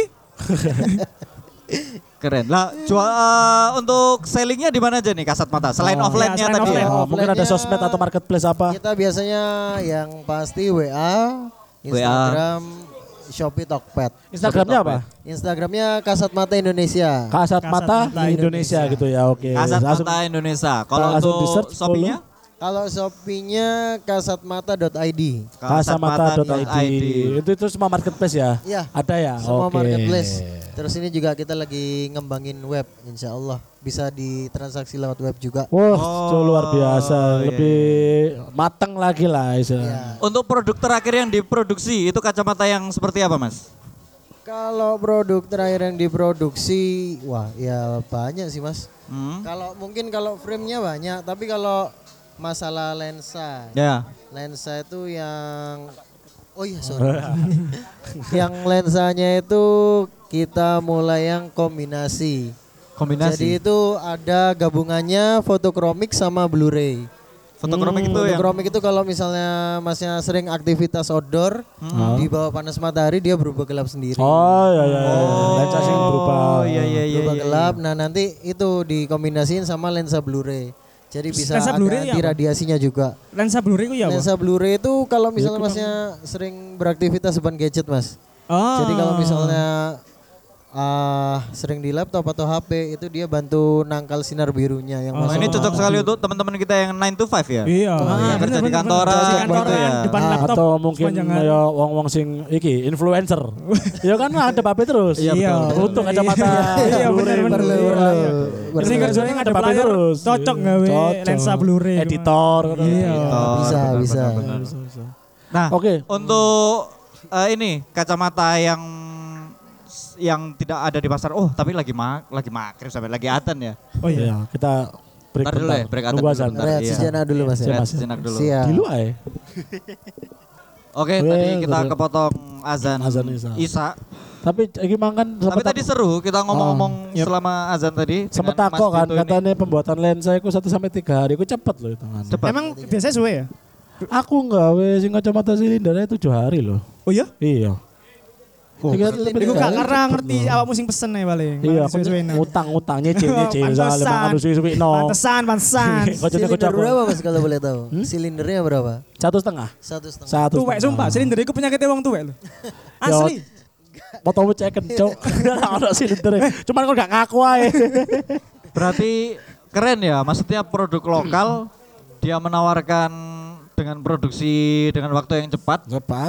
[SPEAKER 6] keren. Lah jual untuk sellingnya di mana aja nih kasat mata? Selain
[SPEAKER 3] Oh.
[SPEAKER 6] offline-nya
[SPEAKER 2] Ya,
[SPEAKER 6] tadi
[SPEAKER 2] selain
[SPEAKER 6] ya.
[SPEAKER 2] offline.
[SPEAKER 3] Mungkin ada
[SPEAKER 5] Offline-nya
[SPEAKER 3] sosmed atau marketplace apa?
[SPEAKER 5] Kita biasanya yang pasti WA, Instagram, Shopee, Tokped.
[SPEAKER 3] Instagramnya apa?
[SPEAKER 5] Instagramnya Kasat Mata Indonesia.
[SPEAKER 3] Kasat
[SPEAKER 2] Kasat
[SPEAKER 3] Mata
[SPEAKER 2] Mata
[SPEAKER 3] Indonesia
[SPEAKER 2] Indonesia.
[SPEAKER 3] gitu ya, oke.
[SPEAKER 6] Kasat
[SPEAKER 3] Langsung-
[SPEAKER 6] Mata Indonesia. Kalau
[SPEAKER 3] langsung
[SPEAKER 6] untuk
[SPEAKER 3] di-search,
[SPEAKER 6] Shopee-nya?
[SPEAKER 5] Kalau Shopee-nya kasatmata.id.
[SPEAKER 3] Kasamata.id. Itu semua marketplace ya?
[SPEAKER 5] Iya.
[SPEAKER 3] Ada ya?
[SPEAKER 5] Semua
[SPEAKER 3] Oke.
[SPEAKER 5] marketplace. Terus ini juga kita lagi ngembangin web, insya Allah bisa ditransaksi lewat web juga.
[SPEAKER 3] Wah,
[SPEAKER 6] Oh,
[SPEAKER 3] luar biasa.
[SPEAKER 6] iya,
[SPEAKER 3] Lebih matang lagi lah istilahnya.
[SPEAKER 5] Ya.
[SPEAKER 6] Untuk produk terakhir yang diproduksi itu kacamata yang seperti apa Mas?
[SPEAKER 5] Kalau produk terakhir yang diproduksi, wah ya banyak sih Mas.
[SPEAKER 6] Hmm?
[SPEAKER 5] Kalau frame-nya banyak, tapi kalau masalah lensa,
[SPEAKER 6] Ya.
[SPEAKER 5] lensa itu yang, oh iya sorry, yang lensanya itu kita mulai yang kombinasi.
[SPEAKER 6] Kombinasi.
[SPEAKER 5] Jadi itu ada gabungannya fotokromik sama Blu-ray.
[SPEAKER 6] Fotokromik itu yang
[SPEAKER 5] Fotokromik itu kalau misalnya masnya sering aktivitas outdoor di bawah panas matahari dia berubah gelap sendiri.
[SPEAKER 3] Oh iya iya. Lensa sing berubah.
[SPEAKER 6] Oh iya iya iya.
[SPEAKER 5] Berubah
[SPEAKER 6] iya.
[SPEAKER 5] gelap. Nah nanti itu dikombinasiin sama lensa Blu-ray. Jadi bisa
[SPEAKER 2] Lensa
[SPEAKER 5] ada
[SPEAKER 2] Blu-ray itu
[SPEAKER 5] anti
[SPEAKER 2] apa?
[SPEAKER 5] radiasinya juga.
[SPEAKER 2] Lensa Blu-ray itu ya apa?
[SPEAKER 5] Lensa Blu-ray itu kalau misalnya masnya sering beraktivitas depan gadget Mas.
[SPEAKER 2] Oh.
[SPEAKER 5] Jadi kalau misalnya sering di laptop atau HP itu dia bantu nangkal sinar birunya yang
[SPEAKER 6] Oh,
[SPEAKER 5] masuk.
[SPEAKER 6] ini cocok sekali untuk teman-teman kita yang 9 to 5 ya.
[SPEAKER 2] Iya.
[SPEAKER 6] yang kerja di kantoran
[SPEAKER 2] Di
[SPEAKER 6] gitu
[SPEAKER 2] kantoran
[SPEAKER 6] ya.
[SPEAKER 2] depan laptop.
[SPEAKER 3] Atau mungkin
[SPEAKER 2] sepanjang hari.
[SPEAKER 3] ya wong-wong sing iki influencer. Ya kan ada bape terus.
[SPEAKER 2] Iya, betul.
[SPEAKER 3] Untuk kacamata.
[SPEAKER 2] Iya
[SPEAKER 3] Blu-ray,
[SPEAKER 2] benar
[SPEAKER 3] Blu-ray.
[SPEAKER 2] benar.
[SPEAKER 5] Bener.
[SPEAKER 2] Ini kerjanya ngadep
[SPEAKER 3] Ada
[SPEAKER 2] layar
[SPEAKER 3] terus.
[SPEAKER 2] cocok gawe
[SPEAKER 3] Cocok.
[SPEAKER 2] lensa Blu-ray.
[SPEAKER 3] Editor.
[SPEAKER 2] Iya.
[SPEAKER 5] Bisa,
[SPEAKER 6] Benar,
[SPEAKER 5] bisa.
[SPEAKER 6] benar, benar. Nah,
[SPEAKER 3] Oke.
[SPEAKER 6] untuk ini kacamata yang tidak ada di pasar. Oh, tapi lagi makrif sampai lagi atan ya.
[SPEAKER 2] Oh iya.
[SPEAKER 3] Iya, kita break
[SPEAKER 6] Ntar dulu ya, break
[SPEAKER 3] Nunggu
[SPEAKER 6] dulu
[SPEAKER 3] azan.
[SPEAKER 6] bentar.
[SPEAKER 5] Rehat
[SPEAKER 6] Iya.
[SPEAKER 5] sejenak dulu Mas ya.
[SPEAKER 3] Siap, Mas.
[SPEAKER 6] Sejenak dulu.
[SPEAKER 5] Siap.
[SPEAKER 3] Di lu ae.
[SPEAKER 6] Oke,
[SPEAKER 3] Oke,
[SPEAKER 6] tadi kita
[SPEAKER 3] betul.
[SPEAKER 6] kepotong azan,
[SPEAKER 3] Azan Isya.
[SPEAKER 6] Tapi
[SPEAKER 3] iki mangan
[SPEAKER 6] Tapi tadi seru kita ngomong-ngomong selama azan tadi.
[SPEAKER 3] sempet
[SPEAKER 6] dengan Mas
[SPEAKER 3] takok kan
[SPEAKER 6] Dito ini.
[SPEAKER 3] katanya pembuatan lensa iku 1 sampai 3 hari iku cepet loh hitungan.
[SPEAKER 6] Cepat.
[SPEAKER 2] Emang biasanya suwe ya?
[SPEAKER 3] Aku nggawe sing kacamata silindernya 7 hari loh.
[SPEAKER 2] Oh iya?
[SPEAKER 3] Iya.
[SPEAKER 2] Iku gak karena ngerti awakmu sing pesen ae paling.
[SPEAKER 3] Iya,
[SPEAKER 2] Suwe-suwene.
[SPEAKER 3] utang nyicil soalnya mangan suwi-suwi no.
[SPEAKER 2] Pantesan.
[SPEAKER 5] Silinder berapa Mas kalau boleh tahu? Silindernya berapa?
[SPEAKER 3] 1,5.
[SPEAKER 5] 1,5.
[SPEAKER 2] Tuwek sumpah, silinder iku penyakit wong tuwek lho. Asli.
[SPEAKER 3] Motomu ceken cok. Ono silinder. Cuman kok gak ngaku ae.
[SPEAKER 6] Berarti keren ya, maksudnya produk lokal dia menawarkan dengan produksi dengan waktu yang cepat.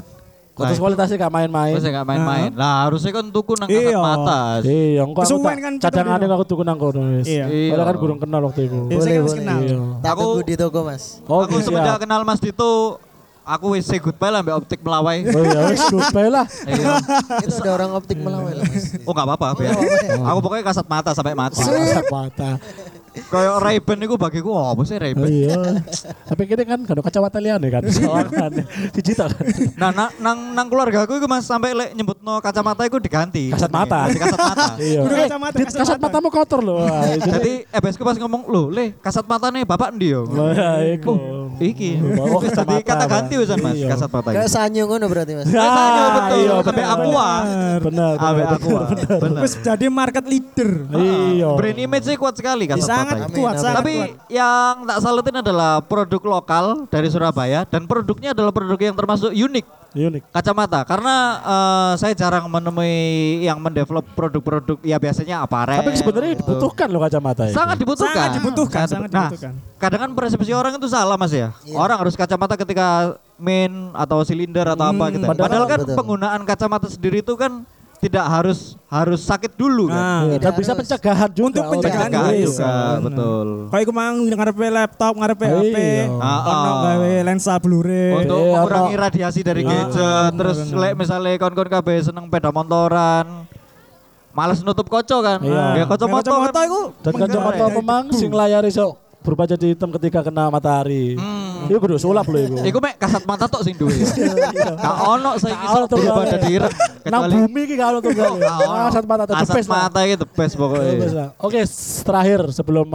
[SPEAKER 3] Terus kualitasnya gak main-main.
[SPEAKER 6] Terus gak main-main. Lah harusnya kan tuku nang kasat mata.
[SPEAKER 3] Iya, engko aku
[SPEAKER 2] Kesuwen kan
[SPEAKER 3] cadangane aku tuku nang kono wis.
[SPEAKER 2] Iya.
[SPEAKER 3] Padahal kan gurung kenal waktu itu.
[SPEAKER 5] Boleh.
[SPEAKER 3] Iya.
[SPEAKER 5] Tak tunggu di toko Mas.
[SPEAKER 6] Aku semenjak kenal Mas Dito, aku wis say goodbye lah mbak optik Melawai.
[SPEAKER 3] Oh iya, wis goodbye lah.
[SPEAKER 6] Iya.
[SPEAKER 5] Itu ada orang optik Melawai lah Mas.
[SPEAKER 6] Oh enggak apa-apa, biar. Aku pokoknya kasat mata sampai mati.
[SPEAKER 3] Kasat mata.
[SPEAKER 6] Kayak Ray-Ban iku bagiku apa sih Ray-Ban?
[SPEAKER 3] Iya. Tapi kita kan gak ada kacamata liyane kan. Soalnya digital kan.
[SPEAKER 6] Nah, nang keluarga aku itu Mas sampai lek nyebutno kacamata iku diganti.
[SPEAKER 3] Kasat mata.
[SPEAKER 6] Ganti kasat mata.
[SPEAKER 3] Iya.
[SPEAKER 2] Kudu kacamata,
[SPEAKER 3] Kasat matamu kotor loh.
[SPEAKER 6] Jadi ebesku pas ngomong, "Loh, Le, kasat mata nih Bapak ndi yo?"
[SPEAKER 3] Iku.
[SPEAKER 6] Iki.
[SPEAKER 3] Oh,
[SPEAKER 6] Jadi
[SPEAKER 3] kacamata,
[SPEAKER 6] kata ganti
[SPEAKER 3] Pak.
[SPEAKER 6] wisan Mas,
[SPEAKER 3] Iya.
[SPEAKER 6] kasat mata.
[SPEAKER 5] Kayak sanyo ngono berarti Mas.
[SPEAKER 6] Betul.
[SPEAKER 3] Iya,
[SPEAKER 6] Sampai Aqua.
[SPEAKER 3] Benar.
[SPEAKER 6] Sampai Aqua. Benar.
[SPEAKER 2] Wis jadi market leader.
[SPEAKER 3] Iya.
[SPEAKER 6] Brand image sih kuat sekali kasat
[SPEAKER 2] Sangat
[SPEAKER 6] mata.
[SPEAKER 2] kuat,
[SPEAKER 5] Amin,
[SPEAKER 2] sangat
[SPEAKER 6] Tapi
[SPEAKER 2] kuat.
[SPEAKER 6] yang tak salutin adalah produk lokal dari Surabaya dan produknya adalah produk yang termasuk unik.
[SPEAKER 3] Unik.
[SPEAKER 6] Kacamata karena saya jarang menemui yang mendevelop produk-produk ya biasanya aparel.
[SPEAKER 3] Tapi sebenarnya dibutuhkan loh kacamata itu.
[SPEAKER 6] sangat dibutuhkan.
[SPEAKER 2] Sangat dibutuhkan.
[SPEAKER 6] Kadang kan persepsi orang itu salah Mas ya. Orang harus kacamata ketika main atau silinder atau apa gitu. Padahal kan
[SPEAKER 5] betul.
[SPEAKER 6] penggunaan kacamata sendiri itu kan tidak harus sakit dulu kan.
[SPEAKER 3] Iya, dan bisa pencegahan juga.
[SPEAKER 2] Untuk pencegahan
[SPEAKER 6] Pencegahan
[SPEAKER 2] bisa.
[SPEAKER 6] juga, betul.
[SPEAKER 2] Kayak iku mang ngarepe laptop, ngarepe HP, ono gawe lensa Blu-ray.
[SPEAKER 6] Untuk
[SPEAKER 3] Iya,
[SPEAKER 6] mengurangi radiasi dari gadget, terus lek misalnya kon-kon kabeh seneng sepeda motoran, males nutup koco kan.
[SPEAKER 3] Iya.
[SPEAKER 6] Ya koco moto
[SPEAKER 2] Kacamata
[SPEAKER 6] kan.
[SPEAKER 2] iku
[SPEAKER 3] Dan kacamata memang sing layar iso berubah jadi hitam ketika kena matahari. Itu kudu sulap loh itu.
[SPEAKER 6] Iku mek kasat mata tok sing duwe. Gak ono saiki
[SPEAKER 3] Gak ono
[SPEAKER 6] iso
[SPEAKER 3] tuh,
[SPEAKER 6] berubah
[SPEAKER 3] Bang.
[SPEAKER 6] jadi ireng
[SPEAKER 3] Nang
[SPEAKER 6] kecuali
[SPEAKER 3] bumi ki kalau tuh kali. Kasat mata tuh the
[SPEAKER 6] kasat
[SPEAKER 3] best lah.
[SPEAKER 6] mata itu the best
[SPEAKER 3] The
[SPEAKER 6] pokoknya.
[SPEAKER 3] best lah. Oke, terakhir sebelum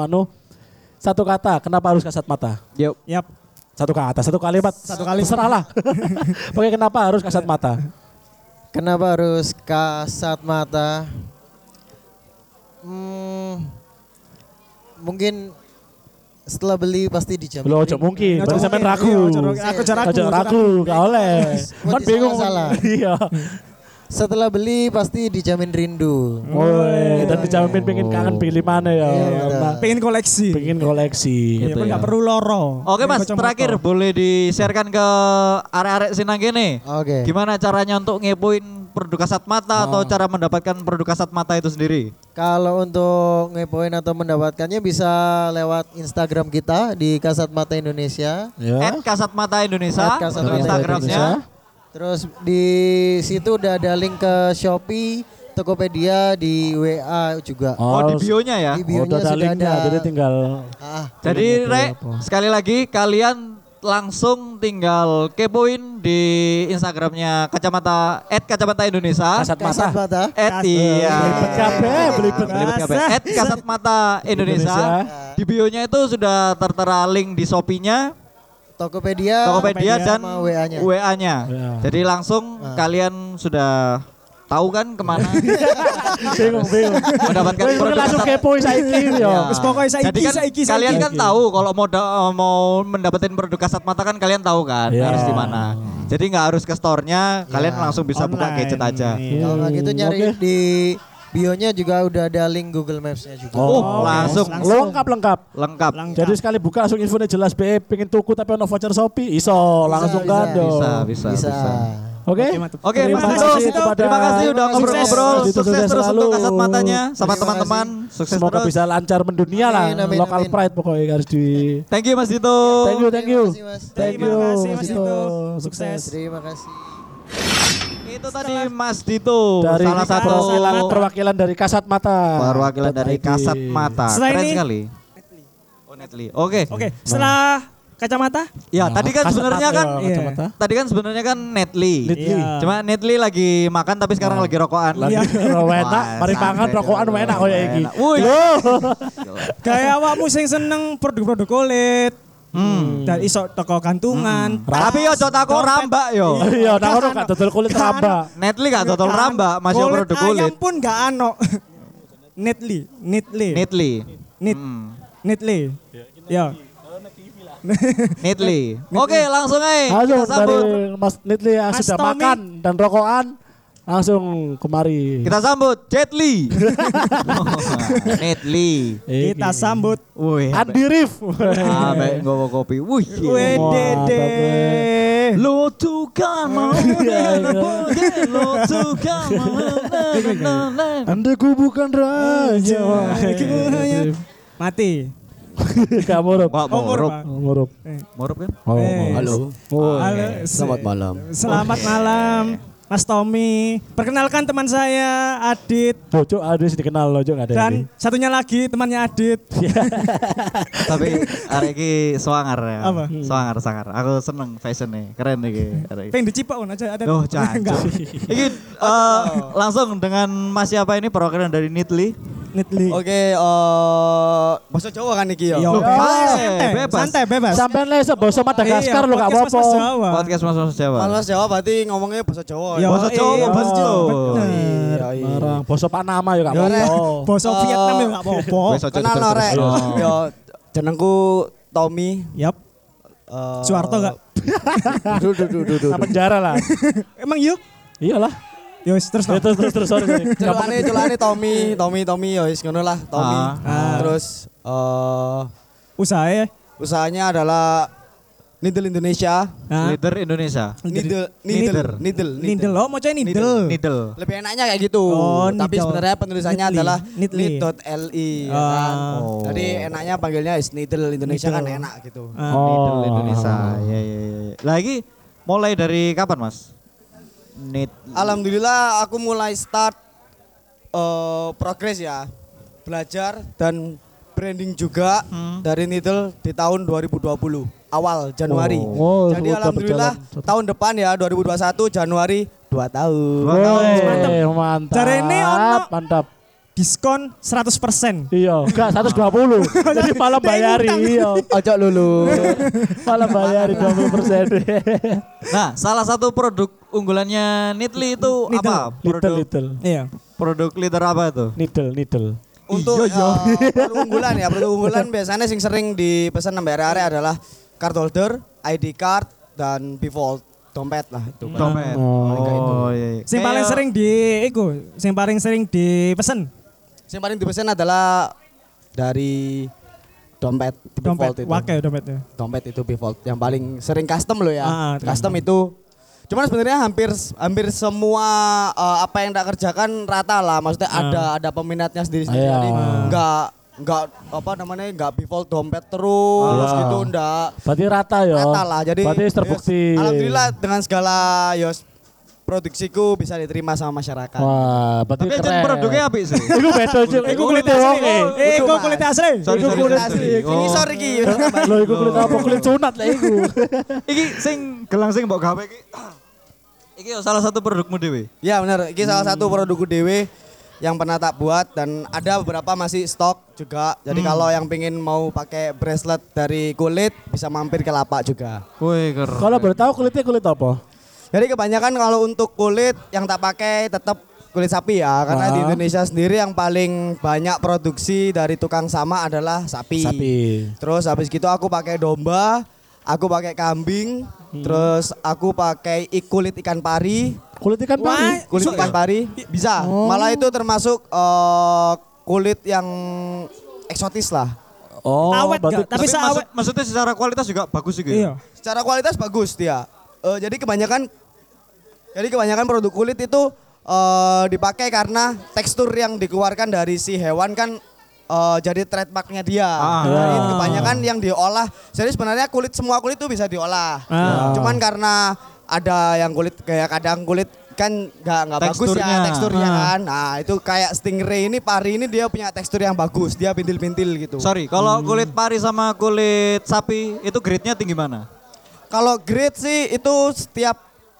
[SPEAKER 3] satu kata, kenapa harus kasat mata?
[SPEAKER 6] Yuk.
[SPEAKER 2] Yap.
[SPEAKER 3] Satu kata, satu kalimat.
[SPEAKER 2] Satu kalimat.
[SPEAKER 3] Terserah lah. Pokoknya kenapa harus kasat mata?
[SPEAKER 5] Kenapa harus kasat mata? Mungkin setelah beli pasti dijamin.
[SPEAKER 3] Belum ojo mungkin, berarti sampean ragu.
[SPEAKER 2] Aku jarak
[SPEAKER 3] Ojo ragu, gak oleh. Kan
[SPEAKER 5] Motif
[SPEAKER 3] bingung.
[SPEAKER 5] salah.
[SPEAKER 3] Iya.
[SPEAKER 5] Setelah beli pasti dijamin rindu.
[SPEAKER 3] Woi, dan dijamin pengen kangen pilih mana ya. Karena
[SPEAKER 2] Pengen koleksi.
[SPEAKER 3] pengen koleksi.
[SPEAKER 2] Ya kan gak perlu loro.
[SPEAKER 6] Oke Mas,
[SPEAKER 2] Kacamata.
[SPEAKER 6] terakhir boleh di-sharekan ke arek-arek sinang kene.
[SPEAKER 5] Oke.
[SPEAKER 6] Gimana caranya untuk ngepoin produk kasat mata atau cara mendapatkan produk kasat mata itu sendiri?
[SPEAKER 5] Kalau untuk ngepoin atau mendapatkannya bisa lewat Instagram kita di Kasat Mata Indonesia.
[SPEAKER 3] Ya.
[SPEAKER 6] @kasat mata Indonesia
[SPEAKER 5] @kasat
[SPEAKER 6] untuk
[SPEAKER 5] mata
[SPEAKER 6] Instagramnya.
[SPEAKER 5] Terus di situ udah ada link ke Shopee, Tokopedia, di WA juga.
[SPEAKER 6] Oh, di bionya ya.
[SPEAKER 5] Di bionya
[SPEAKER 3] Udah ada
[SPEAKER 5] sudah
[SPEAKER 3] linknya,
[SPEAKER 5] ada.
[SPEAKER 3] jadi tinggal
[SPEAKER 6] Jadi Rek, sekali lagi kalian langsung tinggal kepoin di Instagramnya kacamata @kacamata Indonesia.
[SPEAKER 3] kasat
[SPEAKER 5] Kasat
[SPEAKER 3] mata.
[SPEAKER 5] Mata.
[SPEAKER 6] Iya.
[SPEAKER 3] Belibet kabeh, belibet.
[SPEAKER 6] Belibet kabeh. @kasat mata Indonesia.
[SPEAKER 3] Indonesia.
[SPEAKER 6] Di bionya itu sudah tertera link di Shopee-nya,
[SPEAKER 5] Tokopedia,
[SPEAKER 6] Tokopedia dan
[SPEAKER 5] sama WA-nya.
[SPEAKER 6] WA-nya.
[SPEAKER 3] Ya.
[SPEAKER 6] Jadi langsung kalian sudah tahu kan kemana
[SPEAKER 3] Bingung.
[SPEAKER 6] mendapatkan
[SPEAKER 3] Kowe
[SPEAKER 6] produk
[SPEAKER 3] langsung
[SPEAKER 6] kasat.
[SPEAKER 3] kepoin saiki
[SPEAKER 6] Ya.
[SPEAKER 3] yo.
[SPEAKER 2] Wis pokoknya
[SPEAKER 6] Jadi kan
[SPEAKER 2] saiki.
[SPEAKER 6] kalian kan tahu kalau mau mendapatkan produk kasat mata kan kalian tahu kan
[SPEAKER 3] Ya.
[SPEAKER 6] harus di mana. Jadi nggak harus ke store-nya, kalian langsung bisa buka
[SPEAKER 2] Online.
[SPEAKER 6] gadget aja.
[SPEAKER 5] Kalau nggak gitu nyari
[SPEAKER 3] Oke.
[SPEAKER 5] di bionya juga udah ada link Google Maps-nya juga.
[SPEAKER 6] Oh, langsung
[SPEAKER 3] Lengkap.
[SPEAKER 6] lengkap.
[SPEAKER 3] Jadi sekali buka langsung infonya jelas be pengen tuku tapi ono voucher Shopee iso langsung
[SPEAKER 5] bisa.
[SPEAKER 3] kan yo.
[SPEAKER 6] Bisa.
[SPEAKER 3] Oke.
[SPEAKER 6] Oke,
[SPEAKER 3] Terima
[SPEAKER 6] Mas
[SPEAKER 3] kasih
[SPEAKER 6] Dito.
[SPEAKER 3] kepada-
[SPEAKER 6] Terima kasih udah
[SPEAKER 3] Sukses.
[SPEAKER 6] ngobrol-ngobrol.
[SPEAKER 3] Mas Dito
[SPEAKER 6] Sukses
[SPEAKER 3] sukses
[SPEAKER 6] terus
[SPEAKER 3] selalu.
[SPEAKER 6] untuk kasat matanya sama
[SPEAKER 5] Terima
[SPEAKER 6] teman-teman. Sukses
[SPEAKER 3] Semoga
[SPEAKER 6] terus.
[SPEAKER 3] bisa lancar mendunia lah.
[SPEAKER 5] Amin, amin,
[SPEAKER 3] Local
[SPEAKER 5] amin.
[SPEAKER 3] pride pokoknya harus di.
[SPEAKER 6] Thank you Mas Dito.
[SPEAKER 3] Thank you.
[SPEAKER 5] Terima kasih, Mas.
[SPEAKER 3] Thank you.
[SPEAKER 2] Terima kasih, Mas Dito.
[SPEAKER 3] Sukses.
[SPEAKER 5] Terima kasih.
[SPEAKER 6] Itu tadi Mas Dito,
[SPEAKER 3] Dari
[SPEAKER 6] salah satu
[SPEAKER 3] perwakilan dari Kasat Mata.
[SPEAKER 6] perwakilan dari Kasat Mata.
[SPEAKER 2] Setelah
[SPEAKER 6] Keren
[SPEAKER 2] ini-
[SPEAKER 6] sekali. Oh, Netly. Oke.
[SPEAKER 2] Oke, setelah kacamata.
[SPEAKER 6] Ya, tadi kan
[SPEAKER 3] Kasat
[SPEAKER 6] sebenarnya
[SPEAKER 3] Mata,
[SPEAKER 6] kan
[SPEAKER 3] ya, Kacamata.
[SPEAKER 6] tadi kan sebenarnya kan Netly.
[SPEAKER 3] Netly.
[SPEAKER 2] Iya.
[SPEAKER 6] Cuma Netly lagi makan tapi sekarang lagi rokokan.
[SPEAKER 3] Lagi enak,
[SPEAKER 6] Wah,
[SPEAKER 3] mari pangan
[SPEAKER 6] santai
[SPEAKER 3] rokokan
[SPEAKER 6] dong.
[SPEAKER 3] enak koyo iki.
[SPEAKER 6] Enak. Wuih.
[SPEAKER 3] Loh.
[SPEAKER 2] Kayak awakmu sing seneng produk-produk kulit. Dan iso teko gantungan.
[SPEAKER 6] Tapi yo takut rambak yo.
[SPEAKER 3] Iya, tak ono gak dodol kulit rambak.
[SPEAKER 6] Netly gak total rambak, masih produk
[SPEAKER 2] ayam
[SPEAKER 6] kulit.
[SPEAKER 2] pun gak ano. Netly.
[SPEAKER 6] Netly.
[SPEAKER 2] Netly. Ya.
[SPEAKER 6] Netly. Oke, langsung aja
[SPEAKER 3] Langsung
[SPEAKER 6] kita sambut.
[SPEAKER 3] dari Mas Nitli yang
[SPEAKER 2] Mas
[SPEAKER 3] sudah
[SPEAKER 2] Tommy.
[SPEAKER 3] makan dan rokokan langsung kemari.
[SPEAKER 6] Kita sambut Jet Li. Netly.
[SPEAKER 2] Kita sambut.
[SPEAKER 6] Wih.
[SPEAKER 3] Andi Rif.
[SPEAKER 6] Baik nggowo kopi. Wih.
[SPEAKER 2] Wedede.
[SPEAKER 6] Lo tukang mau lo tukang
[SPEAKER 3] Anda ku bukan raja.
[SPEAKER 2] Mati.
[SPEAKER 3] Gak murup.
[SPEAKER 6] Pak Morup.
[SPEAKER 3] Murup.
[SPEAKER 6] Morup kan?
[SPEAKER 5] Halo.
[SPEAKER 2] Halo.
[SPEAKER 5] Selamat malam.
[SPEAKER 2] Selamat malam. Mas Tommy, perkenalkan teman saya Adit
[SPEAKER 3] Bocok ada sih dikenal loh, Cok, ada
[SPEAKER 2] dan satunya lagi temannya Adit.
[SPEAKER 6] Tapi arek iki swanger ya.
[SPEAKER 2] Apa?
[SPEAKER 6] Swanger. Aku seneng fashionnya. Keren iki arek iki.
[SPEAKER 2] Pengen dicipok aja ada.
[SPEAKER 6] Oh, jancuk. Iki langsung dengan Mas siapa ini perwakilan dari Nitli.
[SPEAKER 2] Nitli.
[SPEAKER 5] Oke, bahasa Jawa kan iki ya.
[SPEAKER 2] Yo,
[SPEAKER 6] bebas.
[SPEAKER 2] santai bebas.
[SPEAKER 3] Sampai les bahasa Madagaskar lo gak
[SPEAKER 2] podcast
[SPEAKER 3] apa-apa.
[SPEAKER 2] Mas Jawa.
[SPEAKER 6] Podcast Mas Jawa.
[SPEAKER 5] Mas Jawa berarti ngomongnya bahasa Jawa.
[SPEAKER 2] Yo,
[SPEAKER 6] Bahasa Jawa,
[SPEAKER 2] iya,
[SPEAKER 6] bahasa Jawa.
[SPEAKER 2] bener.
[SPEAKER 3] Barang bahasa Panama ya gak
[SPEAKER 5] Yo,
[SPEAKER 3] apa-apa.
[SPEAKER 2] Bahasa Vietnam ya gak apa-apa.
[SPEAKER 6] Wes, ojo
[SPEAKER 5] Kenal
[SPEAKER 6] diterus-terus.
[SPEAKER 5] norek. Yo, jenengku Tommy.
[SPEAKER 2] Yap. Suwarto gak?
[SPEAKER 5] Duh.
[SPEAKER 3] Nah, penjara lah.
[SPEAKER 2] Emang yuk?
[SPEAKER 3] Iyalah.
[SPEAKER 2] Yo, terus no.
[SPEAKER 3] Terus sorry.
[SPEAKER 5] Celukane Tommy ya wis ngono lah, Tommy. Terus
[SPEAKER 2] Usaha ya.
[SPEAKER 5] usahanya adalah Needle Indonesia.
[SPEAKER 6] Leader Indonesia.
[SPEAKER 5] Needle.
[SPEAKER 2] Oh, mau coy needle.
[SPEAKER 6] Needle.
[SPEAKER 5] Lebih enaknya kayak gitu.
[SPEAKER 2] Oh,
[SPEAKER 5] Tapi
[SPEAKER 2] needle.
[SPEAKER 5] sebenarnya penulisannya
[SPEAKER 2] Needly.
[SPEAKER 5] adalah
[SPEAKER 2] Needly.
[SPEAKER 5] nit.li ya kan.
[SPEAKER 6] Oh.
[SPEAKER 5] Jadi enaknya panggilnya is Needle Indonesia kan
[SPEAKER 2] Needle.
[SPEAKER 5] enak gitu.
[SPEAKER 6] Needle Indonesia. Iya. Lagi mulai dari kapan, Mas?
[SPEAKER 5] Alhamdulillah aku mulai start progres ya. Belajar dan branding juga dari Needle di tahun 2020 awal Januari.
[SPEAKER 3] Oh,
[SPEAKER 5] Jadi
[SPEAKER 3] udah
[SPEAKER 5] alhamdulillah
[SPEAKER 3] berjalan.
[SPEAKER 5] tahun depan ya 2021 Januari 2 tahun.
[SPEAKER 3] Mantap.
[SPEAKER 2] Jarene ono.
[SPEAKER 3] Mantap.
[SPEAKER 2] Diskon 100%.
[SPEAKER 3] Iya, enggak 120. Jadi malah bayari, iya.
[SPEAKER 5] Ojo lulu.
[SPEAKER 3] Malah bayari 20%.
[SPEAKER 6] Nah, salah satu produk unggulannya Nitli itu apa?
[SPEAKER 3] Little.
[SPEAKER 2] Iya.
[SPEAKER 6] Produk leader apa itu?
[SPEAKER 3] Needle.
[SPEAKER 5] Untuk produk unggulan biasanya sing sering dipesan sampai area adalah card holder, ID card dan Bivolt dompet lah itu.
[SPEAKER 6] Dompet.
[SPEAKER 3] Oh,
[SPEAKER 6] iya.
[SPEAKER 2] Sing paling sering sing paling sering dipesen.
[SPEAKER 5] Yang paling dipesan adalah dari dompet
[SPEAKER 2] Dompet
[SPEAKER 5] Bivolt itu.
[SPEAKER 2] wakai dompetnya.
[SPEAKER 5] Dompet itu Bivolt yang paling sering custom loh ya.
[SPEAKER 2] Ah,
[SPEAKER 5] Custom itu cuman sebenarnya hampir semua apa yang tak kerjakan rata lah. Maksudnya ada peminatnya sendiri-sendiri.
[SPEAKER 3] Iya.
[SPEAKER 5] Jadi enggak apa namanya enggak Bivolt dompet terus gitu enggak.
[SPEAKER 3] Berarti rata ya.
[SPEAKER 5] Rata lah. Jadi
[SPEAKER 3] Berarti terbukti.
[SPEAKER 5] alhamdulillah dengan segala produksiku bisa diterima sama masyarakat.
[SPEAKER 3] Wah, berarti
[SPEAKER 6] Tapi
[SPEAKER 3] keren.
[SPEAKER 6] produknya apik sih.
[SPEAKER 3] Iku beda, Cuk. Iku kulit wong e.
[SPEAKER 2] Iku kulit asli.
[SPEAKER 6] Sorry.
[SPEAKER 5] Asli. Ini sorry ki.
[SPEAKER 3] Lho, iku kulit apa? Kulit sunat lah iku.
[SPEAKER 6] Iki sing gelang sing mbok gawe iki. Iki salah satu produkmu dhewe.
[SPEAKER 5] Ya benar, ini salah satu produkku dewe yang pernah tak buat dan ada beberapa masih stok juga. Jadi kalau yang pengen mau pakai bracelet dari kulit bisa mampir ke lapak juga.
[SPEAKER 6] Woi, keren.
[SPEAKER 3] Kalau boleh tahu kulitnya kulit apa?
[SPEAKER 5] Jadi kebanyakan kalau untuk kulit yang tak pakai tetap kulit sapi ya, karena di Indonesia sendiri yang paling banyak produksi dari tukang sama adalah sapi. Terus habis gitu aku pakai domba, aku pakai kambing, terus aku pakai kulit ikan pari.
[SPEAKER 3] Kulit ikan pari.
[SPEAKER 5] Kulit ikan pari bisa. Malah itu termasuk kulit yang eksotis lah.
[SPEAKER 3] Oh,
[SPEAKER 2] Awet
[SPEAKER 3] berarti
[SPEAKER 2] gak? Tapi seawet.
[SPEAKER 6] Maksudnya secara kualitas juga bagus juga.
[SPEAKER 2] Iya.
[SPEAKER 5] Secara kualitas bagus dia. Jadi kebanyakan produk kulit itu dipakai karena tekstur yang dikeluarkan dari si hewan kan jadi trademarknya dia. Jadi kebanyakan yang diolah. Jadi sebenarnya semua kulit itu bisa diolah. Cuman karena ada yang kulit kayak kadang kulit kan nggak bagus ya teksturnya kan. Nah itu kayak stingray ini pari ini dia punya tekstur yang bagus. Dia pintil-pintil gitu.
[SPEAKER 6] Sorry, kalau kulit pari sama kulit sapi itu grade-nya tinggi mana?
[SPEAKER 5] Kalau grade sih itu setiap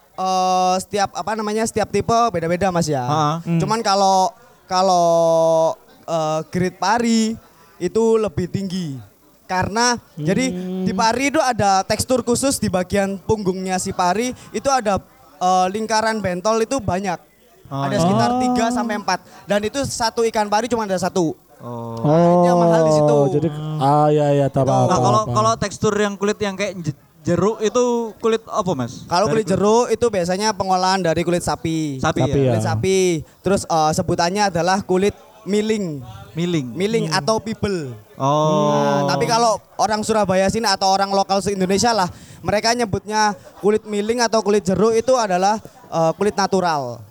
[SPEAKER 5] tipe beda-beda Mas ya. Cuman kalau grade pari itu lebih tinggi. karena jadi di pari itu ada tekstur khusus di bagian punggungnya si pari itu ada lingkaran bentol itu banyak. Ada sekitar 3 sampai 4 dan itu satu ikan pari cuma ada satu. Makanya mahal di situ.
[SPEAKER 3] Jadi ya tahu.
[SPEAKER 6] Nah, kalau tekstur yang kulit yang kayak jeruk itu kulit apa, Mas?
[SPEAKER 5] Kalau kulit jeruk itu biasanya pengolahan dari kulit sapi.
[SPEAKER 6] Sapi ya.
[SPEAKER 5] Kulit sapi. Terus sebutannya adalah kulit miling. Miling atau people. Nah, tapi kalau orang Surabaya sini atau orang lokal se-Indonesia lah, mereka nyebutnya kulit miling atau kulit jeruk itu adalah kulit natural.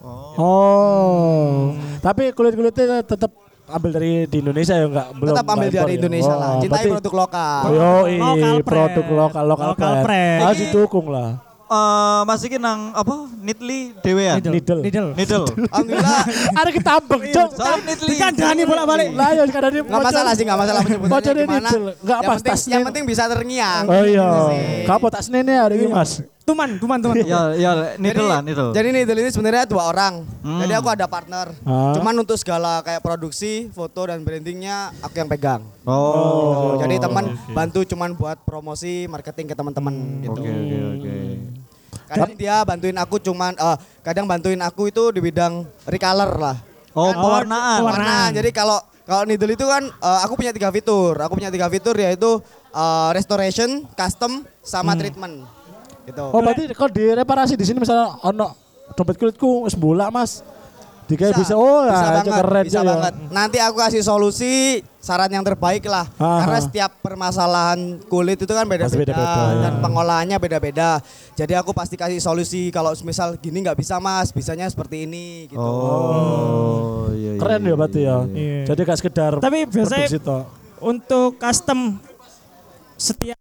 [SPEAKER 3] Tapi kulit-kulitnya tetap ambil dari di Indonesia ya enggak? Belum
[SPEAKER 5] Tetap ambil dari
[SPEAKER 3] impor ya?
[SPEAKER 5] Indonesia lah. Cintai produk lokal.
[SPEAKER 3] Lokal produk lokal
[SPEAKER 2] brand.
[SPEAKER 3] Harus didukung lah.
[SPEAKER 6] Mas iki nang apa? Nidli dhewean.
[SPEAKER 3] Needle.
[SPEAKER 5] Alhamdulillah.
[SPEAKER 3] Ada ketambeng, Cok.
[SPEAKER 6] Soalnya Nidli
[SPEAKER 2] Dikandani bolak-balik.
[SPEAKER 3] Lah ya dikandani.
[SPEAKER 5] Nggak masalah sih, nggak masalah menyebutnya
[SPEAKER 3] Bocor
[SPEAKER 5] gimana.
[SPEAKER 3] Enggak apa
[SPEAKER 5] Yang penting bisa terngiang.
[SPEAKER 3] Oh iya.
[SPEAKER 5] Gitu sih.
[SPEAKER 3] Kapo tak senene hari ini, Mas.
[SPEAKER 2] Tuman.
[SPEAKER 6] Ya Nidl lah Nidl.
[SPEAKER 5] Jadi Nidl ini sebenarnya 2 orang. Jadi aku ada partner.
[SPEAKER 3] Ah.
[SPEAKER 5] Cuman untuk segala kayak produksi, foto dan brandingnya aku yang pegang.
[SPEAKER 6] Oh.
[SPEAKER 5] Jadi teman bantu cuman buat promosi, marketing ke teman-teman gitu.
[SPEAKER 6] Oke.
[SPEAKER 5] Kadang dia bantuin aku cuman kadang bantuin aku itu di bidang recolor lah.
[SPEAKER 6] Oh, pewarnaan.
[SPEAKER 5] Pewarnaan. Jadi kalau Nidl itu kan aku punya 3 fitur. Aku punya 3 fitur yaitu restoration, custom, sama treatment. Gitu.
[SPEAKER 3] Oh, berarti kalau direparasi di sini misalnya ono dompet kulitku wis bolak, Mas. Digawe bisa. Oh,
[SPEAKER 5] bisa
[SPEAKER 3] ya,
[SPEAKER 5] banget,
[SPEAKER 3] keren
[SPEAKER 5] bisa
[SPEAKER 3] ya.
[SPEAKER 5] banget. Nanti aku kasih solusi saran yang terbaik lah. Karena setiap permasalahan kulit itu kan
[SPEAKER 3] Pasti
[SPEAKER 5] beda-beda
[SPEAKER 3] beda-beda,
[SPEAKER 5] dan pengolahannya beda-beda. Jadi aku pasti kasih solusi kalau misal gini nggak bisa Mas, bisanya seperti ini gitu.
[SPEAKER 6] Oh, iya.
[SPEAKER 3] Keren ya berarti ya.
[SPEAKER 2] Iya.
[SPEAKER 3] Jadi gak sekedar
[SPEAKER 2] Tapi biasanya
[SPEAKER 3] produksi toh.
[SPEAKER 2] untuk custom setiap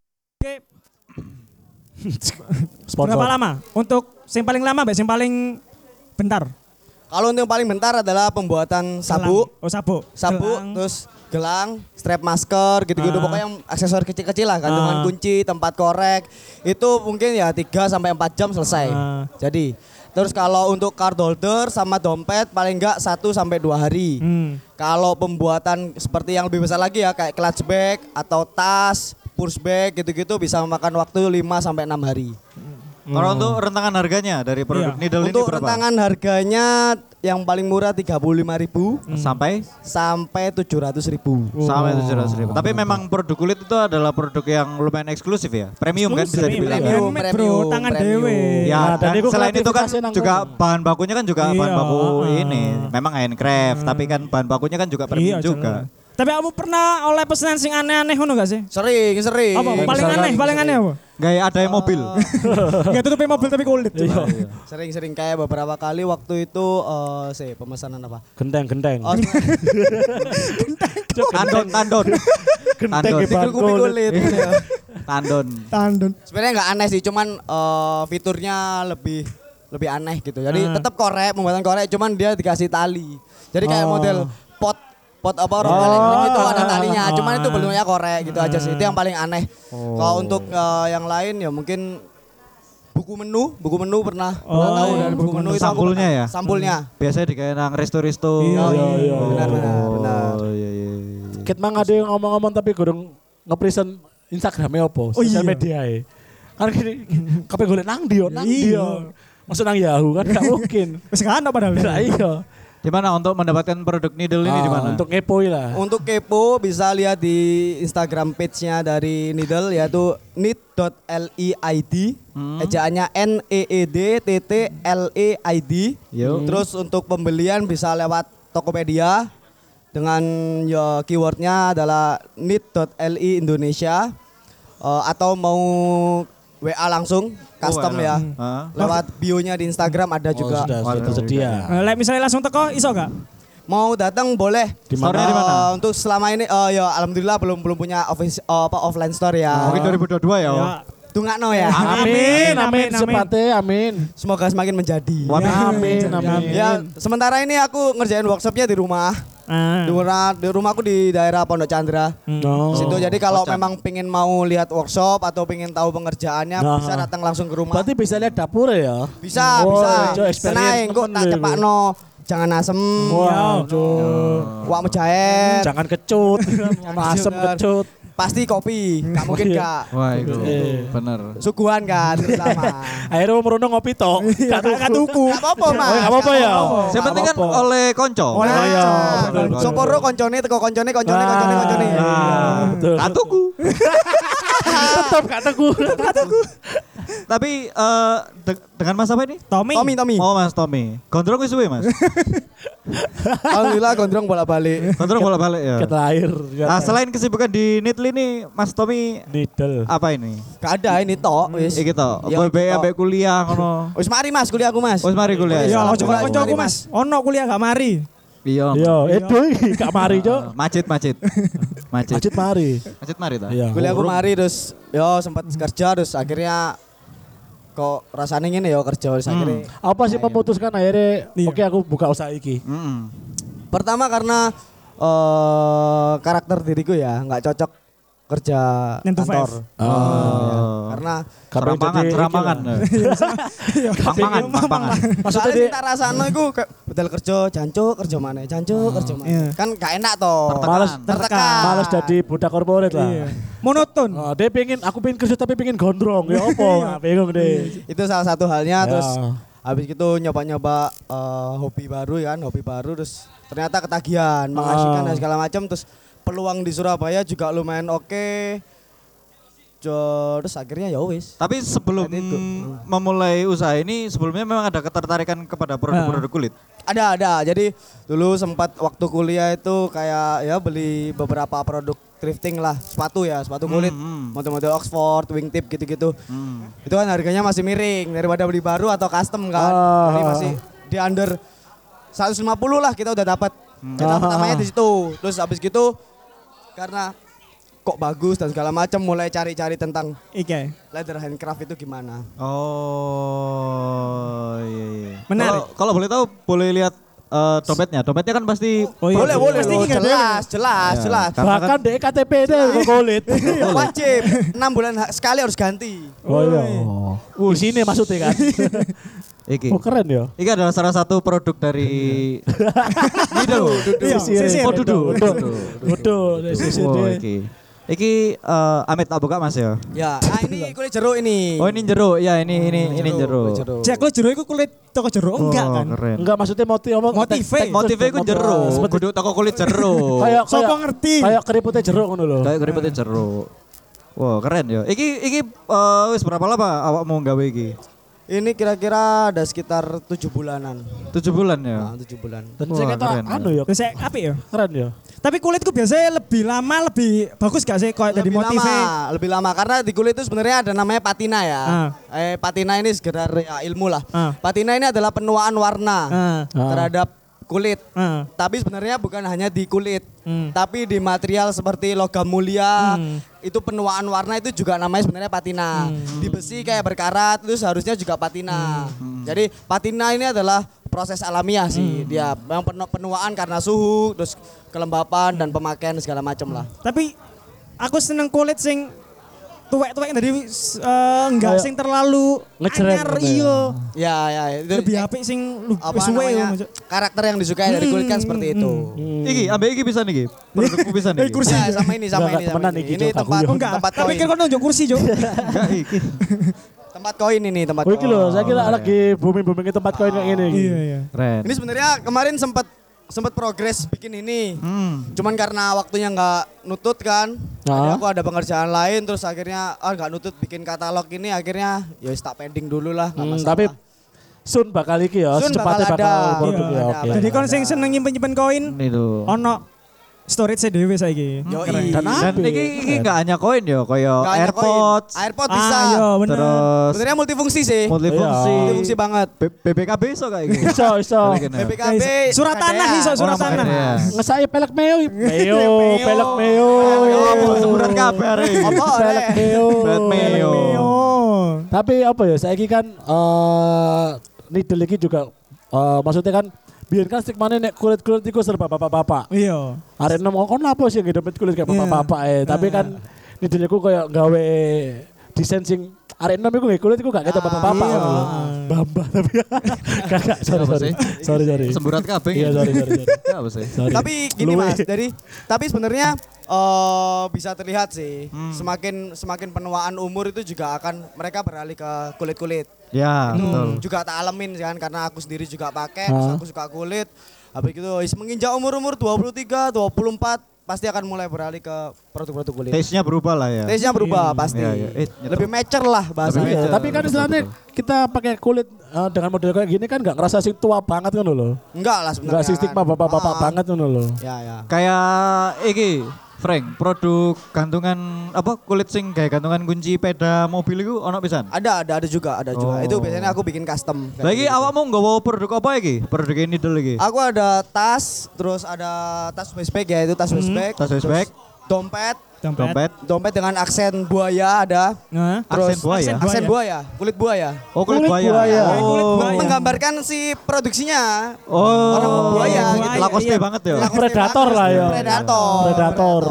[SPEAKER 3] Sponsor.
[SPEAKER 2] berapa lama? Untuk yang paling lama, yang paling bentar.
[SPEAKER 5] Kalau untuk yang paling bentar adalah pembuatan sabuk,
[SPEAKER 2] Oh, sabuk. Gelang.
[SPEAKER 5] terus gelang, strap masker, gitu-gitu. Pokoknya yang aksesoris kecil-kecil lah, gantungan kunci, tempat korek. Itu mungkin ya 3 sampai 4 jam selesai. Jadi, terus kalau untuk card holder sama dompet paling enggak 1 sampai 2 hari. Kalau pembuatan seperti yang lebih besar lagi ya kayak clutch bag atau tas, purse bag gitu-gitu bisa memakan waktu 5 sampai 6 hari.
[SPEAKER 6] Kalau untuk rentangan harganya dari produk Nidl ini
[SPEAKER 5] Untuk
[SPEAKER 6] berapa?
[SPEAKER 5] rentangan harganya yang paling murah 35.000
[SPEAKER 6] Sampai
[SPEAKER 5] 700.000.
[SPEAKER 6] sampai 700.000. Tapi memang produk kulit itu adalah produk yang lumayan eksklusif ya. Premium kan bisa dibilang.
[SPEAKER 5] Premium,
[SPEAKER 2] Handmade, bro, tangan dewe.
[SPEAKER 6] Ya,
[SPEAKER 3] Nah, dan
[SPEAKER 6] dan
[SPEAKER 3] itu
[SPEAKER 6] selain itu kan
[SPEAKER 3] kreativitasnya nang
[SPEAKER 6] juga
[SPEAKER 3] kono.
[SPEAKER 6] bahan bakunya kan juga bahan
[SPEAKER 2] Iya,
[SPEAKER 6] baku ini. Memang handcraft, tapi kan bahan bakunya kan juga premium juga.
[SPEAKER 2] Tapi kamu pernah oleh pesanan sing aneh-aneh ngono gak sih?
[SPEAKER 5] Sering.
[SPEAKER 2] Apa? Paling aneh apa?
[SPEAKER 6] Gaya ada yang mobil.
[SPEAKER 2] Gak tutupin mobil tapi kulit.
[SPEAKER 5] Sering kayak beberapa kali waktu itu pemesanan apa?
[SPEAKER 3] Genteng.
[SPEAKER 5] Oh,
[SPEAKER 6] Tandon.
[SPEAKER 3] Genteng
[SPEAKER 6] Tandon.
[SPEAKER 3] bahan
[SPEAKER 5] kupi kulit. Iya.
[SPEAKER 6] Tandon.
[SPEAKER 5] Sebenarnya nggak aneh sih, cuman fiturnya lebih aneh gitu. Jadi tetap korek, pembuatan korek, cuman dia dikasih tali. Jadi kayak model pot apa rokok elektrik itu ada talinya, cuman itu bentuknya korek gitu aja sih. Itu yang paling aneh. Kalau untuk yang lain ya mungkin buku menu pernah tahu dan buku menu itu aku
[SPEAKER 6] Sampulnya
[SPEAKER 5] pernah.
[SPEAKER 6] ya?
[SPEAKER 5] Sampulnya.
[SPEAKER 6] Biasanya dikayak nang resto-resto.
[SPEAKER 3] Iya.
[SPEAKER 5] Benar.
[SPEAKER 6] Oh, iya.
[SPEAKER 3] Ket mang ada yang ngomong-ngomong tapi gurung nge-present Instagramnya apa? Sosial media e. Kan gini, kabeh golek nang ndi yo. Maksud nang Yahoo kan gak mungkin.
[SPEAKER 2] Wis kan padahal.
[SPEAKER 3] Lah iya.
[SPEAKER 6] Di mana untuk mendapatkan produk Nidl ini di mana?
[SPEAKER 3] Untuk ngepoi lah.
[SPEAKER 5] Untuk kepo bisa lihat di Instagram page-nya dari Nidl yaitu nid.leid. Ejaannya NEEDTTLEID. Terus untuk pembelian bisa lewat Tokopedia dengan keywordnya adalah nid.li Indonesia atau mau WA langsung custom
[SPEAKER 6] WA.
[SPEAKER 5] ya. Lewat bio-nya di Instagram ada juga.
[SPEAKER 3] Sudah tersedia.
[SPEAKER 2] Lek misalnya langsung teko iso gak?
[SPEAKER 5] Mau datang boleh.
[SPEAKER 3] Di mana?
[SPEAKER 6] Store-nya di mana?
[SPEAKER 5] Untuk selama ini ya alhamdulillah belum punya offline store ya.
[SPEAKER 6] Mungkin 2022 ya.
[SPEAKER 2] Ya.
[SPEAKER 5] Tungakno ya.
[SPEAKER 3] Amin. Sepate amin.
[SPEAKER 5] Semoga semakin menjadi.
[SPEAKER 3] Amin.
[SPEAKER 5] Ya, sementara ini aku ngerjain workshopnya di rumah. Di rumahku di daerah Pondok Chandra.
[SPEAKER 3] No.
[SPEAKER 5] Situ. Jadi kalau memang pengen mau lihat workshop atau pengen tahu pengerjaannya bisa datang langsung ke rumah.
[SPEAKER 3] Berarti bisa lihat dapur ya?
[SPEAKER 5] Bisa.
[SPEAKER 3] Jo, experience
[SPEAKER 5] Senang kok
[SPEAKER 3] temen
[SPEAKER 5] tak
[SPEAKER 3] lho.
[SPEAKER 5] cepakno. Jangan asem.
[SPEAKER 3] Wah, Jo.
[SPEAKER 5] Wak mejaet.
[SPEAKER 3] Jangan kecut. Asem kecut.
[SPEAKER 5] pasti kopi, nggak mungkin nggak.
[SPEAKER 6] Wah, itu bener.
[SPEAKER 5] Suguhan kan terutama.
[SPEAKER 3] Akhirnya merono ngopi tok.
[SPEAKER 2] Gak tuku.
[SPEAKER 5] Nggak apa-apa mas.
[SPEAKER 3] Nggak apa-apa ya.
[SPEAKER 6] Yang penting kan oleh konco.
[SPEAKER 2] Oleh
[SPEAKER 3] Oh iya.
[SPEAKER 2] konco.
[SPEAKER 5] Soporo koncone teko koncone.
[SPEAKER 3] Nah, betul.
[SPEAKER 6] Katuku.
[SPEAKER 3] Tetap gak teku.
[SPEAKER 6] Tapi dengan Mas apa ini?
[SPEAKER 5] Tommy.
[SPEAKER 6] Oh Mas Tommy. Gondrong wis suwe Mas.
[SPEAKER 5] Alhamdulillah gondrong bolak-balik.
[SPEAKER 6] Gondrong bolak-balik ya.
[SPEAKER 3] Ket lahir.
[SPEAKER 6] Selain kesibukan di Nitli nih, Mas Tommy
[SPEAKER 3] Needle.
[SPEAKER 6] apa ini?
[SPEAKER 5] Gak ada ini tok wis.
[SPEAKER 6] Iki to,
[SPEAKER 5] Ya,
[SPEAKER 6] boy
[SPEAKER 5] tok.
[SPEAKER 6] ambek kuliah ngono.
[SPEAKER 5] Wis mari Mas kuliah aku Mas.
[SPEAKER 6] Wis mari kuliah.
[SPEAKER 2] Ya,
[SPEAKER 5] Iya,
[SPEAKER 2] ojo
[SPEAKER 5] Mas.
[SPEAKER 2] kancaku Mas. Ono kuliah gak mari.
[SPEAKER 6] Iya.
[SPEAKER 3] Yo, itu gak mari, Cok.
[SPEAKER 6] Macet.
[SPEAKER 3] Macet mari.
[SPEAKER 6] Macet mari ta?
[SPEAKER 3] Iya.
[SPEAKER 5] Kuliah aku mari terus yo sempat kerja terus akhirnya kok rasanya ngene ya kerja terus akhirnya.
[SPEAKER 3] Apa sih memutuskan akhirnya
[SPEAKER 2] Iya.
[SPEAKER 3] oke aku buka usaha iki.
[SPEAKER 5] Pertama karena karakter diriku ya nggak cocok kerja
[SPEAKER 2] 9 to 5.
[SPEAKER 5] kantor.
[SPEAKER 3] Oh.
[SPEAKER 5] Karena
[SPEAKER 6] Serampangan. Pampangan.
[SPEAKER 3] Maksudnya
[SPEAKER 5] soalnya
[SPEAKER 3] dia
[SPEAKER 5] tak rasanya iku kayak bedal kerja jancuk kerja mana
[SPEAKER 2] Iya.
[SPEAKER 5] kan gak enak toh.
[SPEAKER 3] males
[SPEAKER 5] Tertekan.
[SPEAKER 3] males jadi budak korporat lah.
[SPEAKER 2] Iya. Monoton.
[SPEAKER 3] Oh, dia aku pengen kerja tapi pengen gondrong. Ya apa? Nah, bingung deh.
[SPEAKER 5] Itu salah satu halnya
[SPEAKER 3] Ya.
[SPEAKER 5] terus habis itu nyoba-nyoba hobi baru terus ternyata ketagihan mengasihkan dan segala macam terus peluang di Surabaya juga lumayan oke. Terus akhirnya ya wis.
[SPEAKER 6] Tapi sebelum
[SPEAKER 5] Saat itu.
[SPEAKER 6] memulai usaha ini sebelumnya memang ada ketertarikan kepada produk-produk kulit.
[SPEAKER 5] Ada. Jadi dulu sempat waktu kuliah itu kayak ya beli beberapa produk thrifting lah, sepatu kulit, model-model Oxford, wingtip gitu-gitu. Itu kan harganya masih miring daripada beli baru atau custom kan. Jadi masih di under 150 lah kita udah dapat. Kita pertamanya di situ. Terus habis gitu karena kok bagus dan segala macam mulai cari-cari tentang
[SPEAKER 2] Ike.
[SPEAKER 5] leather handcraft itu gimana.
[SPEAKER 6] Oh, iya.
[SPEAKER 2] Menarik.
[SPEAKER 6] Kalau boleh tahu, boleh lihat dompetnya. Dompetnya kan pasti
[SPEAKER 2] Oh, iya.
[SPEAKER 5] Boleh.
[SPEAKER 2] Pasti ingat
[SPEAKER 5] Jelas.
[SPEAKER 6] Karena
[SPEAKER 3] Bahkan deh KTP deh ke kulit.
[SPEAKER 5] Wajib 6 bulan sekali harus ganti.
[SPEAKER 3] Oh iya. Di sini maksudnya kan.
[SPEAKER 6] Iki.
[SPEAKER 3] Oh keren ya.
[SPEAKER 6] Iki adalah salah satu produk dari Nido.
[SPEAKER 2] Iya, sisir.
[SPEAKER 3] Oh dudu. Sisir
[SPEAKER 6] Oh,
[SPEAKER 3] dia.
[SPEAKER 6] iki Amit tak buka Mas ya.
[SPEAKER 5] Ya, ini kulit jeruk ini.
[SPEAKER 6] Oh ini jeruk, ya ini jeruk.
[SPEAKER 2] Cek lo jeruk iku kulit toko jeruk enggak kan?
[SPEAKER 6] Keren.
[SPEAKER 3] Enggak maksudnya
[SPEAKER 6] Motifnya iku jeruk. Kudu toko kulit jeruk.
[SPEAKER 3] Kayak
[SPEAKER 2] Sopo ngerti?
[SPEAKER 3] Kayak keriputnya jeruk ngono lho.
[SPEAKER 6] Kayak keriputnya jeruk. Wah keren ya. Iki wis berapa lama awakmu nggawe iki?
[SPEAKER 5] Ini kira-kira ada sekitar 7 bulanan.
[SPEAKER 6] 7 bulan ya.
[SPEAKER 5] Nah, 7 bulan.
[SPEAKER 3] Dan
[SPEAKER 6] Wah,
[SPEAKER 3] saya kata
[SPEAKER 6] keren,
[SPEAKER 3] anu ya.
[SPEAKER 2] Terus apik ya.
[SPEAKER 3] Keren ya.
[SPEAKER 2] Tapi kulitku biasanya lebih lama, lebih bagus gak sih kayak dari motifnya?
[SPEAKER 5] Lebih lama karena di kulit itu sebenarnya ada namanya patina ya.
[SPEAKER 2] Ah.
[SPEAKER 5] Patina ini sekedar ya, ilmu lah.
[SPEAKER 2] Ah.
[SPEAKER 5] Patina ini adalah penuaan warna terhadap kulit.
[SPEAKER 2] Ah.
[SPEAKER 5] Tapi sebenarnya bukan hanya di kulit,
[SPEAKER 2] Hmm.
[SPEAKER 5] tapi di material seperti logam mulia, itu penuaan warna itu juga namanya sebenarnya patina. Di besi kayak berkarat itu seharusnya juga patina. Jadi patina ini adalah proses alamiah sih. Dia memang penuaan karena suhu, terus kelembapan dan pemakaian segala macam lah.
[SPEAKER 2] Tapi aku seneng kulit sing tuwek-tuwek dari enggak sing terlalu
[SPEAKER 3] Ngejreng
[SPEAKER 2] anyar
[SPEAKER 3] gitu ya.
[SPEAKER 2] iya.
[SPEAKER 5] Ya, itu
[SPEAKER 2] Lebih apik sing
[SPEAKER 5] apa
[SPEAKER 2] suwe
[SPEAKER 5] namanya,
[SPEAKER 2] ya. Maksud.
[SPEAKER 5] karakter yang disukai dari kulit kan seperti itu.
[SPEAKER 6] Iki ambek iki bisa nih, produkku bisa nih.
[SPEAKER 2] Kursi.
[SPEAKER 5] Ya, sama ini.
[SPEAKER 3] Enggak, temenan iki,
[SPEAKER 5] Ini
[SPEAKER 3] Cok, aku
[SPEAKER 5] tempat
[SPEAKER 3] yo.
[SPEAKER 2] Enggak,
[SPEAKER 5] tempat
[SPEAKER 2] tak
[SPEAKER 5] koin.
[SPEAKER 2] pikir kau nunjuk kursi, Cok.
[SPEAKER 6] Enggak iki.
[SPEAKER 5] Tempat koin ini, tempat
[SPEAKER 3] Oh
[SPEAKER 5] koin.
[SPEAKER 3] iki lho, saya kira lagi booming-booming tempat koin kayak gini.
[SPEAKER 2] Iya.
[SPEAKER 6] Keren.
[SPEAKER 5] Ini sebenarnya kemarin sempat progres bikin ini. Cuman karena waktunya nggak nutut kan. Jadi aku ada pengerjaan lain terus akhirnya nggak nutut bikin katalog ini akhirnya ya tak pending dulu lah. nggak masalah.
[SPEAKER 3] Tapi Sun bakal iki ya,
[SPEAKER 5] Sun
[SPEAKER 3] secepatnya
[SPEAKER 5] bakal
[SPEAKER 3] bakal
[SPEAKER 5] ada.
[SPEAKER 3] produk
[SPEAKER 5] Iya,
[SPEAKER 3] ya.
[SPEAKER 5] ada.
[SPEAKER 3] Oke.
[SPEAKER 2] Jadi kon sing seneng nyimpen-nyimpen koin,
[SPEAKER 6] Itu.
[SPEAKER 2] ono storage dhewe saiki.
[SPEAKER 5] Yoi.
[SPEAKER 3] Dan
[SPEAKER 6] Dan iki enggak hanya koin ya, kayak
[SPEAKER 5] Nggak hanya koin.
[SPEAKER 6] AirPods,
[SPEAKER 5] AirPods bisa.
[SPEAKER 2] iya bener.
[SPEAKER 6] terus
[SPEAKER 5] Sebenarnya multifungsi sih.
[SPEAKER 6] multifungsi.
[SPEAKER 5] Multifungsi banget.
[SPEAKER 6] BBKB iso kayak gitu.
[SPEAKER 3] Iso.
[SPEAKER 5] BPKB.
[SPEAKER 2] Surat tanah iso, surat
[SPEAKER 6] Oh,
[SPEAKER 2] tanah.
[SPEAKER 6] makanya.
[SPEAKER 3] Ngesai pelek meo. Pelek meo.
[SPEAKER 6] Semburan kabar
[SPEAKER 5] Apa?
[SPEAKER 3] Pelek meo.
[SPEAKER 6] Pelek meo.
[SPEAKER 2] Oh.
[SPEAKER 3] Tapi apa ya, saiki kan needle iki juga maksudnya kan biar kan stigmanya nek kulit-kulit iku serba bapak-bapak.
[SPEAKER 2] Iya.
[SPEAKER 3] Arek nemu kon apa sih yang dapat kulit kayak bapak-bapak tapi kan needle iku kayak gawe desain sing arek enom iku nggak kulit iku gak kayak bapak-bapak. Bamba tapi kakak sorry.
[SPEAKER 6] Semburat kabeh.
[SPEAKER 3] Iya sorry.
[SPEAKER 6] Apa sih?
[SPEAKER 3] Sorry.
[SPEAKER 5] Tapi gini
[SPEAKER 3] Luwe.
[SPEAKER 5] Mas, tapi sebenarnya bisa terlihat sih. Semakin penuaan umur itu juga akan mereka beralih ke kulit-kulit.
[SPEAKER 6] Ya,
[SPEAKER 5] Itu
[SPEAKER 6] betul.
[SPEAKER 5] juga tak alamin kan karena aku sendiri juga pakai, terus aku suka kulit. Habis itu menginjak umur-umur 23, 24 pasti akan mulai beralih ke produk-produk kulit.
[SPEAKER 6] Taste-nya berubah lah ya.
[SPEAKER 5] Taste-nya berubah pasti.
[SPEAKER 6] Iya, iya.
[SPEAKER 5] Lebih mature lah bahasanya.
[SPEAKER 6] Lebih mature.
[SPEAKER 3] Tapi kan istilahnya kita pakai kulit dengan model kayak gini kan nggak ngerasa sih tua banget kan loh.
[SPEAKER 5] Enggak lah sebenarnya.
[SPEAKER 3] Nggak sih stigma bapak-bapak banget kan loh.
[SPEAKER 5] Ya.
[SPEAKER 6] Kayak iki Frank, produk gantungan apa kulit sing kayak gantungan kunci peda mobil itu ono pisan.
[SPEAKER 5] Ada juga.
[SPEAKER 6] Oh.
[SPEAKER 5] Itu biasanya aku bikin custom. kayak
[SPEAKER 6] Lagi
[SPEAKER 5] gitu.
[SPEAKER 6] awakmu nggawa produk apa iki? Produk ini dulu iki.
[SPEAKER 5] Aku ada tas, terus ada tas waistbag ya itu tas waistbag.
[SPEAKER 6] Tas waistbag.
[SPEAKER 5] Terus dompet
[SPEAKER 6] Dompet.
[SPEAKER 5] dengan aksen buaya ada.
[SPEAKER 2] Nah.
[SPEAKER 6] Aksen buaya.
[SPEAKER 5] Aksen buaya, kulit buaya.
[SPEAKER 6] Oh, kulit buaya.
[SPEAKER 2] Kulit buaya.
[SPEAKER 5] Menggambarkan si produksinya.
[SPEAKER 6] Oh,
[SPEAKER 5] Orang buaya gitu.
[SPEAKER 6] Lacoste
[SPEAKER 2] Iya.
[SPEAKER 6] banget ya.
[SPEAKER 3] Predator lah ya.
[SPEAKER 5] Predator.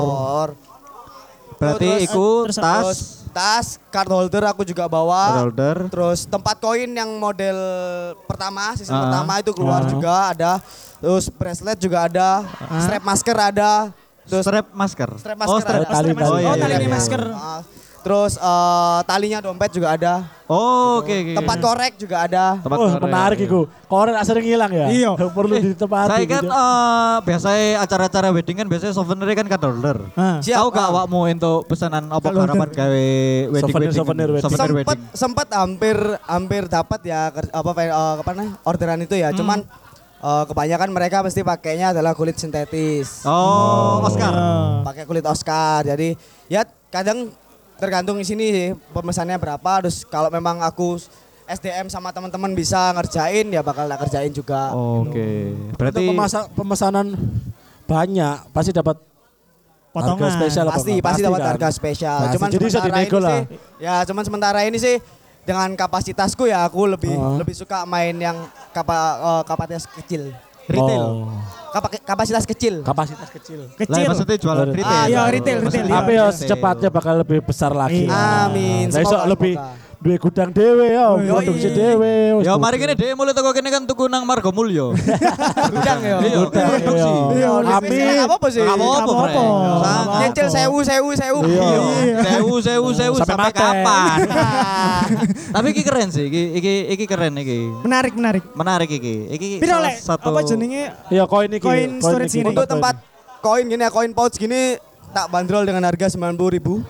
[SPEAKER 6] Berarti
[SPEAKER 5] Terus-
[SPEAKER 6] iku
[SPEAKER 5] terus
[SPEAKER 6] tas,
[SPEAKER 5] tas, card holder aku juga bawa.
[SPEAKER 6] holder.
[SPEAKER 5] Terus tempat koin yang model pertama, season
[SPEAKER 6] Ah.
[SPEAKER 5] pertama itu keluar juga ada. Terus bracelet juga ada, strap masker ada. Terus
[SPEAKER 6] Strap masker.
[SPEAKER 5] strap
[SPEAKER 6] Oh,
[SPEAKER 5] masker
[SPEAKER 6] strap.
[SPEAKER 5] ada.
[SPEAKER 3] tali, tali.
[SPEAKER 6] Oh, iya,
[SPEAKER 2] tali
[SPEAKER 6] iya, iya.
[SPEAKER 2] masker.
[SPEAKER 5] Terus talinya dompet juga ada.
[SPEAKER 6] Oh, oke.
[SPEAKER 5] Tempat korek juga ada.
[SPEAKER 6] Tempat
[SPEAKER 3] Wah,
[SPEAKER 6] korek.
[SPEAKER 3] menarik iku. Korek sering hilang ya.
[SPEAKER 2] Iya.
[SPEAKER 3] Perlu ditempati.
[SPEAKER 6] Saya kan
[SPEAKER 3] gitu.
[SPEAKER 6] biasanya acara-acara wedding kan biasanya souvenir kan card holder.
[SPEAKER 5] Siap.
[SPEAKER 6] Tahu gak awakmu untuk pesanan apa harapan gawe wedding
[SPEAKER 3] Souvenir wedding.
[SPEAKER 5] Sempet hampir dapat ya apa namanya orderan itu ya. Cuman kebanyakan mereka pasti pakainya adalah kulit sintetis.
[SPEAKER 6] Oh, Oscar.
[SPEAKER 5] Pakai kulit Oscar. Jadi ya kadang tergantung di sini sih pemesannya berapa. Terus kalau memang aku SDM sama teman-teman bisa ngerjain ya bakal tak kerjain juga.
[SPEAKER 6] Oke.
[SPEAKER 3] Berarti
[SPEAKER 6] Berarti
[SPEAKER 3] pemesanan banyak pasti dapat
[SPEAKER 2] Potongan.
[SPEAKER 3] harga spesial apa
[SPEAKER 5] Pasti
[SPEAKER 3] enggak?
[SPEAKER 5] dapat
[SPEAKER 3] kan?
[SPEAKER 5] harga spesial.
[SPEAKER 3] Pasti.
[SPEAKER 5] Cuman
[SPEAKER 3] Jadi bisa
[SPEAKER 5] sementara
[SPEAKER 3] dinego
[SPEAKER 5] ini
[SPEAKER 3] lah.
[SPEAKER 5] sih, ya cuman sementara ini sih dengan kapasitasku ya aku lebih
[SPEAKER 3] Oh.
[SPEAKER 5] lebih suka main yang kapasitas kecil.
[SPEAKER 6] retail.
[SPEAKER 3] Oh.
[SPEAKER 5] Kapasitas kecil.
[SPEAKER 3] Kapasitas kecil.
[SPEAKER 6] Lah
[SPEAKER 2] Kecil.
[SPEAKER 6] maksudnya jualan
[SPEAKER 3] Ah,
[SPEAKER 6] retail.
[SPEAKER 2] iya, retail.
[SPEAKER 6] Maksudnya
[SPEAKER 3] Tapi ya
[SPEAKER 6] retail.
[SPEAKER 3] secepatnya bakal lebih besar lagi.
[SPEAKER 2] Iya.
[SPEAKER 5] Amin.
[SPEAKER 3] Nah, iso
[SPEAKER 5] Semoga,
[SPEAKER 3] lebih
[SPEAKER 5] semoga.
[SPEAKER 3] duwe gudang dhewe ya,
[SPEAKER 5] Yoi.
[SPEAKER 3] produksi dhewe.
[SPEAKER 6] Ya mari kene dhewe mulai teko kene kan tuku nang Margo Mulyo.
[SPEAKER 5] Gudang ya.
[SPEAKER 6] Iya,
[SPEAKER 3] Gudang,
[SPEAKER 6] produksi.
[SPEAKER 3] iya.
[SPEAKER 5] Amin. Apa apa sih?
[SPEAKER 6] Gak apa-apa,
[SPEAKER 2] Gak
[SPEAKER 6] Frank.
[SPEAKER 2] apa-apa.
[SPEAKER 6] Sangat.
[SPEAKER 5] Nyicil sewu.
[SPEAKER 3] Iya.
[SPEAKER 6] Sewu
[SPEAKER 3] Sampai
[SPEAKER 6] sampai
[SPEAKER 3] mati.
[SPEAKER 6] kapan? Tapi iki keren sih, iki keren iki.
[SPEAKER 2] Menarik.
[SPEAKER 6] Menarik iki. Iki
[SPEAKER 2] Piro
[SPEAKER 6] salah
[SPEAKER 2] lek
[SPEAKER 6] satu
[SPEAKER 2] apa jenenge?
[SPEAKER 3] Iya, koin iki.
[SPEAKER 2] Koin storage
[SPEAKER 3] iki.
[SPEAKER 2] ini.
[SPEAKER 5] Untuk tempat koin gini ya, koin pouch gini tak bandrol dengan harga 90.000.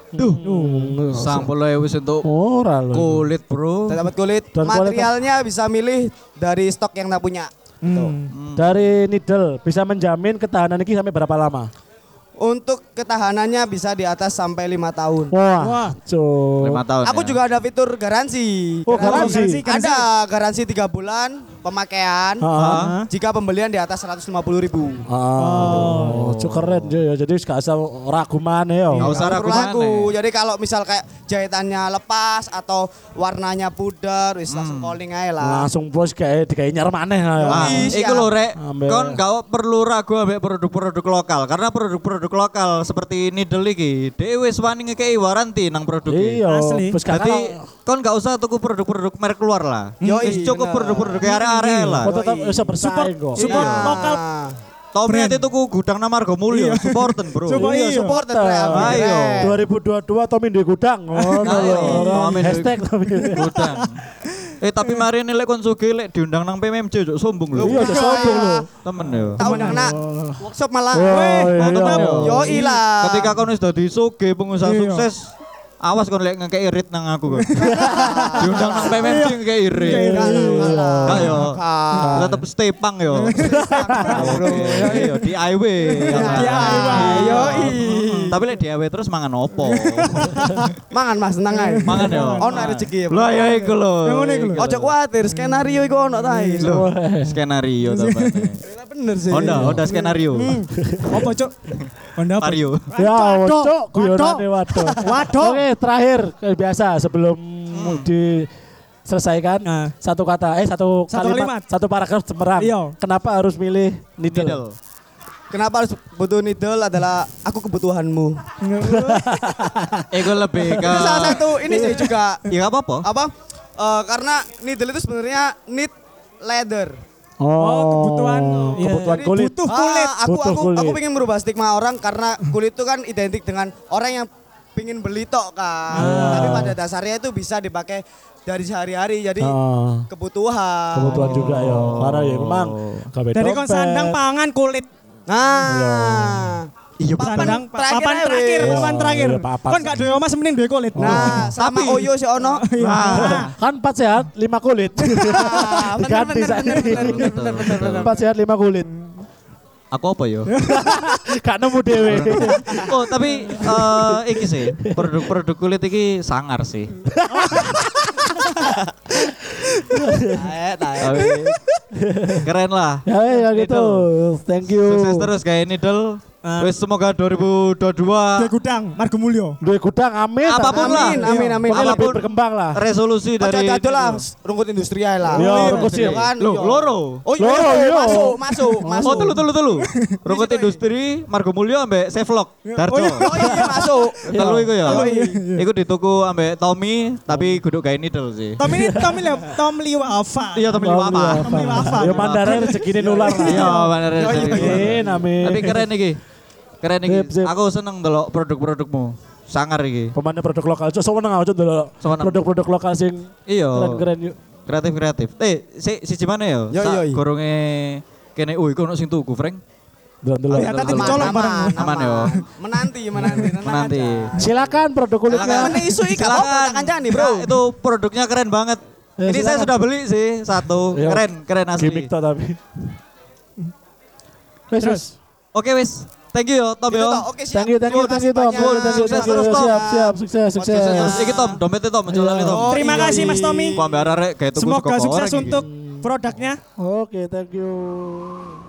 [SPEAKER 6] sampul wis untuk
[SPEAKER 3] Ora lho.
[SPEAKER 6] kulit, Bro.
[SPEAKER 5] Dan dapat kulit.
[SPEAKER 3] Dan
[SPEAKER 5] Materialnya bisa milih dari stok yang tak punya.
[SPEAKER 3] Dari needle bisa menjamin ketahanan ini sampai berapa lama?
[SPEAKER 5] Untuk ketahanannya bisa di atas sampai 5 tahun.
[SPEAKER 3] Wah, cuk.
[SPEAKER 6] 5 tahun.
[SPEAKER 5] Aku
[SPEAKER 6] ya.
[SPEAKER 5] juga ada fitur garansi.
[SPEAKER 3] Oh, garansi.
[SPEAKER 5] Ada garansi 3 bulan pemakaian.
[SPEAKER 3] Ah.
[SPEAKER 5] Jika pembelian di atas 150.000.
[SPEAKER 3] Oh, cuk keren ya. Jadi gak usah ragu maneh ya.
[SPEAKER 6] Nggak usah
[SPEAKER 5] Nggak
[SPEAKER 6] ragu
[SPEAKER 5] perlu ragu.
[SPEAKER 6] maneh.
[SPEAKER 5] Jadi kalau misal kayak jahitannya lepas atau warnanya pudar, wis langsung calling aja lah.
[SPEAKER 3] Langsung bos kayak digawe nyer maneh ya.
[SPEAKER 6] Wah,
[SPEAKER 5] Iya.
[SPEAKER 6] iku lho rek,
[SPEAKER 3] Ambil.
[SPEAKER 6] kon gak perlu ragu ambek produk-produk lokal karena produk-produk lokal seperti Needle iki dhewe wis wani ngekei waranti nang produk iki.
[SPEAKER 3] Iya,
[SPEAKER 2] Asli.
[SPEAKER 3] bos
[SPEAKER 6] Jadi kon gak usah tuku produk-produk merek luar lah.
[SPEAKER 5] Yoi,
[SPEAKER 6] Wis cukup
[SPEAKER 5] bener.
[SPEAKER 6] produk-produk arek-arek lah.
[SPEAKER 3] kok tetap bisa bersaing kok.
[SPEAKER 2] Support
[SPEAKER 5] Iya.
[SPEAKER 2] lokal.
[SPEAKER 6] Tommy ati tuku gudang nang Margo Mulyo, supporten, Bro.
[SPEAKER 2] Coba
[SPEAKER 3] Iya,
[SPEAKER 5] Support
[SPEAKER 3] supporter.
[SPEAKER 6] Ayo.
[SPEAKER 3] 2022 Tommy di gudang. Oh,
[SPEAKER 6] Ayo, Tommy di-
[SPEAKER 3] hashtag Tommy.
[SPEAKER 6] Gudang. Tapi mari ini lek kon sugih lek diundang nang PMMJ juk sombong lho.
[SPEAKER 3] Iya, udah sombong lho.
[SPEAKER 6] Temen yo.
[SPEAKER 5] Tahu nak workshop malah.
[SPEAKER 3] Wah,
[SPEAKER 6] Mau temen
[SPEAKER 3] iya.
[SPEAKER 6] yo.
[SPEAKER 5] Yoi lah.
[SPEAKER 6] Ketika kon wis dadi sugih pengusaha
[SPEAKER 2] Iya.
[SPEAKER 6] sukses, awas kon lek ngekei irit nang aku kon. Diundang nang PMMJ ngekei irit. Enggak yo. Tetep stay pang yo. Oke, yo DIY.
[SPEAKER 5] Yoi.
[SPEAKER 6] Tapi lek DIY terus mangan opo?
[SPEAKER 5] Mangan Mas, tenang ae.
[SPEAKER 6] Mangan yo.
[SPEAKER 5] Ono rezeki.
[SPEAKER 6] Lah ya iku lho.
[SPEAKER 2] Yang ngono iku lho.
[SPEAKER 5] Ojo kuwatir, skenario iku ono ta.
[SPEAKER 6] Lho, skenario to Pak.
[SPEAKER 5] Bener sih.
[SPEAKER 6] Honda skenario.
[SPEAKER 2] Apa, Cuk? Honda apa?
[SPEAKER 6] Mario.
[SPEAKER 3] Ya,
[SPEAKER 2] Waduh,
[SPEAKER 3] cok, guyonane waduh.
[SPEAKER 2] Waduh.
[SPEAKER 3] Oke, terakhir kayak biasa sebelum diselesaikan satu kata, satu kalimat,
[SPEAKER 2] kalimat.
[SPEAKER 3] satu paragraf cemerlang.
[SPEAKER 2] Iya.
[SPEAKER 3] Kenapa harus milih needle?
[SPEAKER 6] Needle.
[SPEAKER 5] Kenapa harus butuh needle adalah aku kebutuhanmu.
[SPEAKER 6] Ego lebih ke
[SPEAKER 5] Itu salah satu ini sih juga
[SPEAKER 6] Ya nggak apa-apa.
[SPEAKER 5] apa? Karena needle itu sebenarnya need leather.
[SPEAKER 2] kebutuhan.
[SPEAKER 3] kebutuhan
[SPEAKER 2] Jadi
[SPEAKER 3] kulit.
[SPEAKER 2] Butuh kulit.
[SPEAKER 3] Butuh
[SPEAKER 5] Aku
[SPEAKER 3] kulit.
[SPEAKER 5] pengen merubah stigma orang karena kulit itu kan identik dengan orang yang pingin beli tok kan. Tapi pada dasarnya itu bisa dipakai dari sehari-hari jadi kebutuhan.
[SPEAKER 3] Kebutuhan juga ya. Karena ya memang gawe
[SPEAKER 2] Dari kon
[SPEAKER 3] dompet.
[SPEAKER 2] sandang pangan kulit.
[SPEAKER 5] Nah.
[SPEAKER 6] Iya
[SPEAKER 2] Sandang
[SPEAKER 5] terakhir
[SPEAKER 2] papan
[SPEAKER 5] aja,
[SPEAKER 2] terakhir,
[SPEAKER 5] weh.
[SPEAKER 2] papan terakhir.
[SPEAKER 3] Iya, papan.
[SPEAKER 2] Kon gak duwe omah semening duwe kulit.
[SPEAKER 5] Nah, sama Oyo si Ono.
[SPEAKER 3] Nah, kan 4 sehat 5 kulit. Diganti saat ini. 4 sehat 5 kulit.
[SPEAKER 6] Aku apa yo?
[SPEAKER 3] Gak nemu dewe.
[SPEAKER 6] Oh tapi iki sih produk-produk kulit iki sangar sih. Tapi keren lah.
[SPEAKER 3] Ya gitu. Thank you.
[SPEAKER 6] Sukses terus kayak Needle. Wes semoga 2022
[SPEAKER 2] Duwe gudang Margo Mulyo.
[SPEAKER 3] Duwe gudang amin.
[SPEAKER 6] apapun lah.
[SPEAKER 5] Amin.
[SPEAKER 3] Pokoknya lebih
[SPEAKER 6] Apapun
[SPEAKER 3] berkembang lah.
[SPEAKER 6] resolusi dari
[SPEAKER 5] Ada lah rumput industrial lah.
[SPEAKER 3] Iya, rumput
[SPEAKER 5] Iya
[SPEAKER 3] sih.
[SPEAKER 5] kan.
[SPEAKER 6] Loh,
[SPEAKER 5] Iya.
[SPEAKER 6] loro.
[SPEAKER 5] Oh iya,
[SPEAKER 3] Loro, iya.
[SPEAKER 5] masuk.
[SPEAKER 6] Oh, telu. Rumput industri Margo Mulyo ambek Sevlog. Darto.
[SPEAKER 5] Oh iya masuk.
[SPEAKER 6] Telu iku ya.
[SPEAKER 5] Oh, iya.
[SPEAKER 6] Iku dituku ambek Tommy tapi kudu gawe Needle sih.
[SPEAKER 2] Tom Liwafa.
[SPEAKER 6] Iya, Tommy apa?
[SPEAKER 2] Tommy Wafa.
[SPEAKER 3] Ya mandare rezekine nular lah.
[SPEAKER 6] Iya, bener.
[SPEAKER 3] Amin, amin.
[SPEAKER 6] Tapi keren iki. Keren iki.
[SPEAKER 3] Sip, sip.
[SPEAKER 6] Aku seneng delok produk-produkmu. Sangar iki.
[SPEAKER 3] Pemainnya produk lokal. Cok seneng aku dulu.
[SPEAKER 6] Seneng.
[SPEAKER 3] Produk-produk lokal sing
[SPEAKER 6] Iya.
[SPEAKER 3] keren-keren yuk.
[SPEAKER 6] Kreatif. Si mana ya?
[SPEAKER 5] Yo.
[SPEAKER 6] Goronge kene iku ono sing tuku, Frank.
[SPEAKER 3] Dulu.
[SPEAKER 2] Ya tadi dicolong bareng.
[SPEAKER 6] Aman yo.
[SPEAKER 5] Menanti.
[SPEAKER 3] Silakan produk kulitnya.
[SPEAKER 5] Mana isu iki apa tak kancani, Bro?
[SPEAKER 6] Nah, itu produknya keren banget.
[SPEAKER 3] Ya,
[SPEAKER 6] Ini saya
[SPEAKER 3] silakan.
[SPEAKER 6] sudah beli sih satu.
[SPEAKER 3] Iya.
[SPEAKER 6] Keren asli.
[SPEAKER 3] Gimik toh tapi. Wes.
[SPEAKER 6] Oke wis. Thank you yo, Tom yo.
[SPEAKER 5] Oke, siap.
[SPEAKER 3] Thank you Tom.
[SPEAKER 6] Sukses terus, Tom.
[SPEAKER 3] Siap, sukses.
[SPEAKER 6] Terus iki Tom, dompetnya Tom, mencolane Tom.
[SPEAKER 2] Terima kasih Mas Tommy.
[SPEAKER 6] Ku ambek arek kayak tuku
[SPEAKER 2] Semoga
[SPEAKER 6] saka
[SPEAKER 2] sukses
[SPEAKER 6] orang iki.
[SPEAKER 2] untuk produknya.
[SPEAKER 3] Oke, thank you.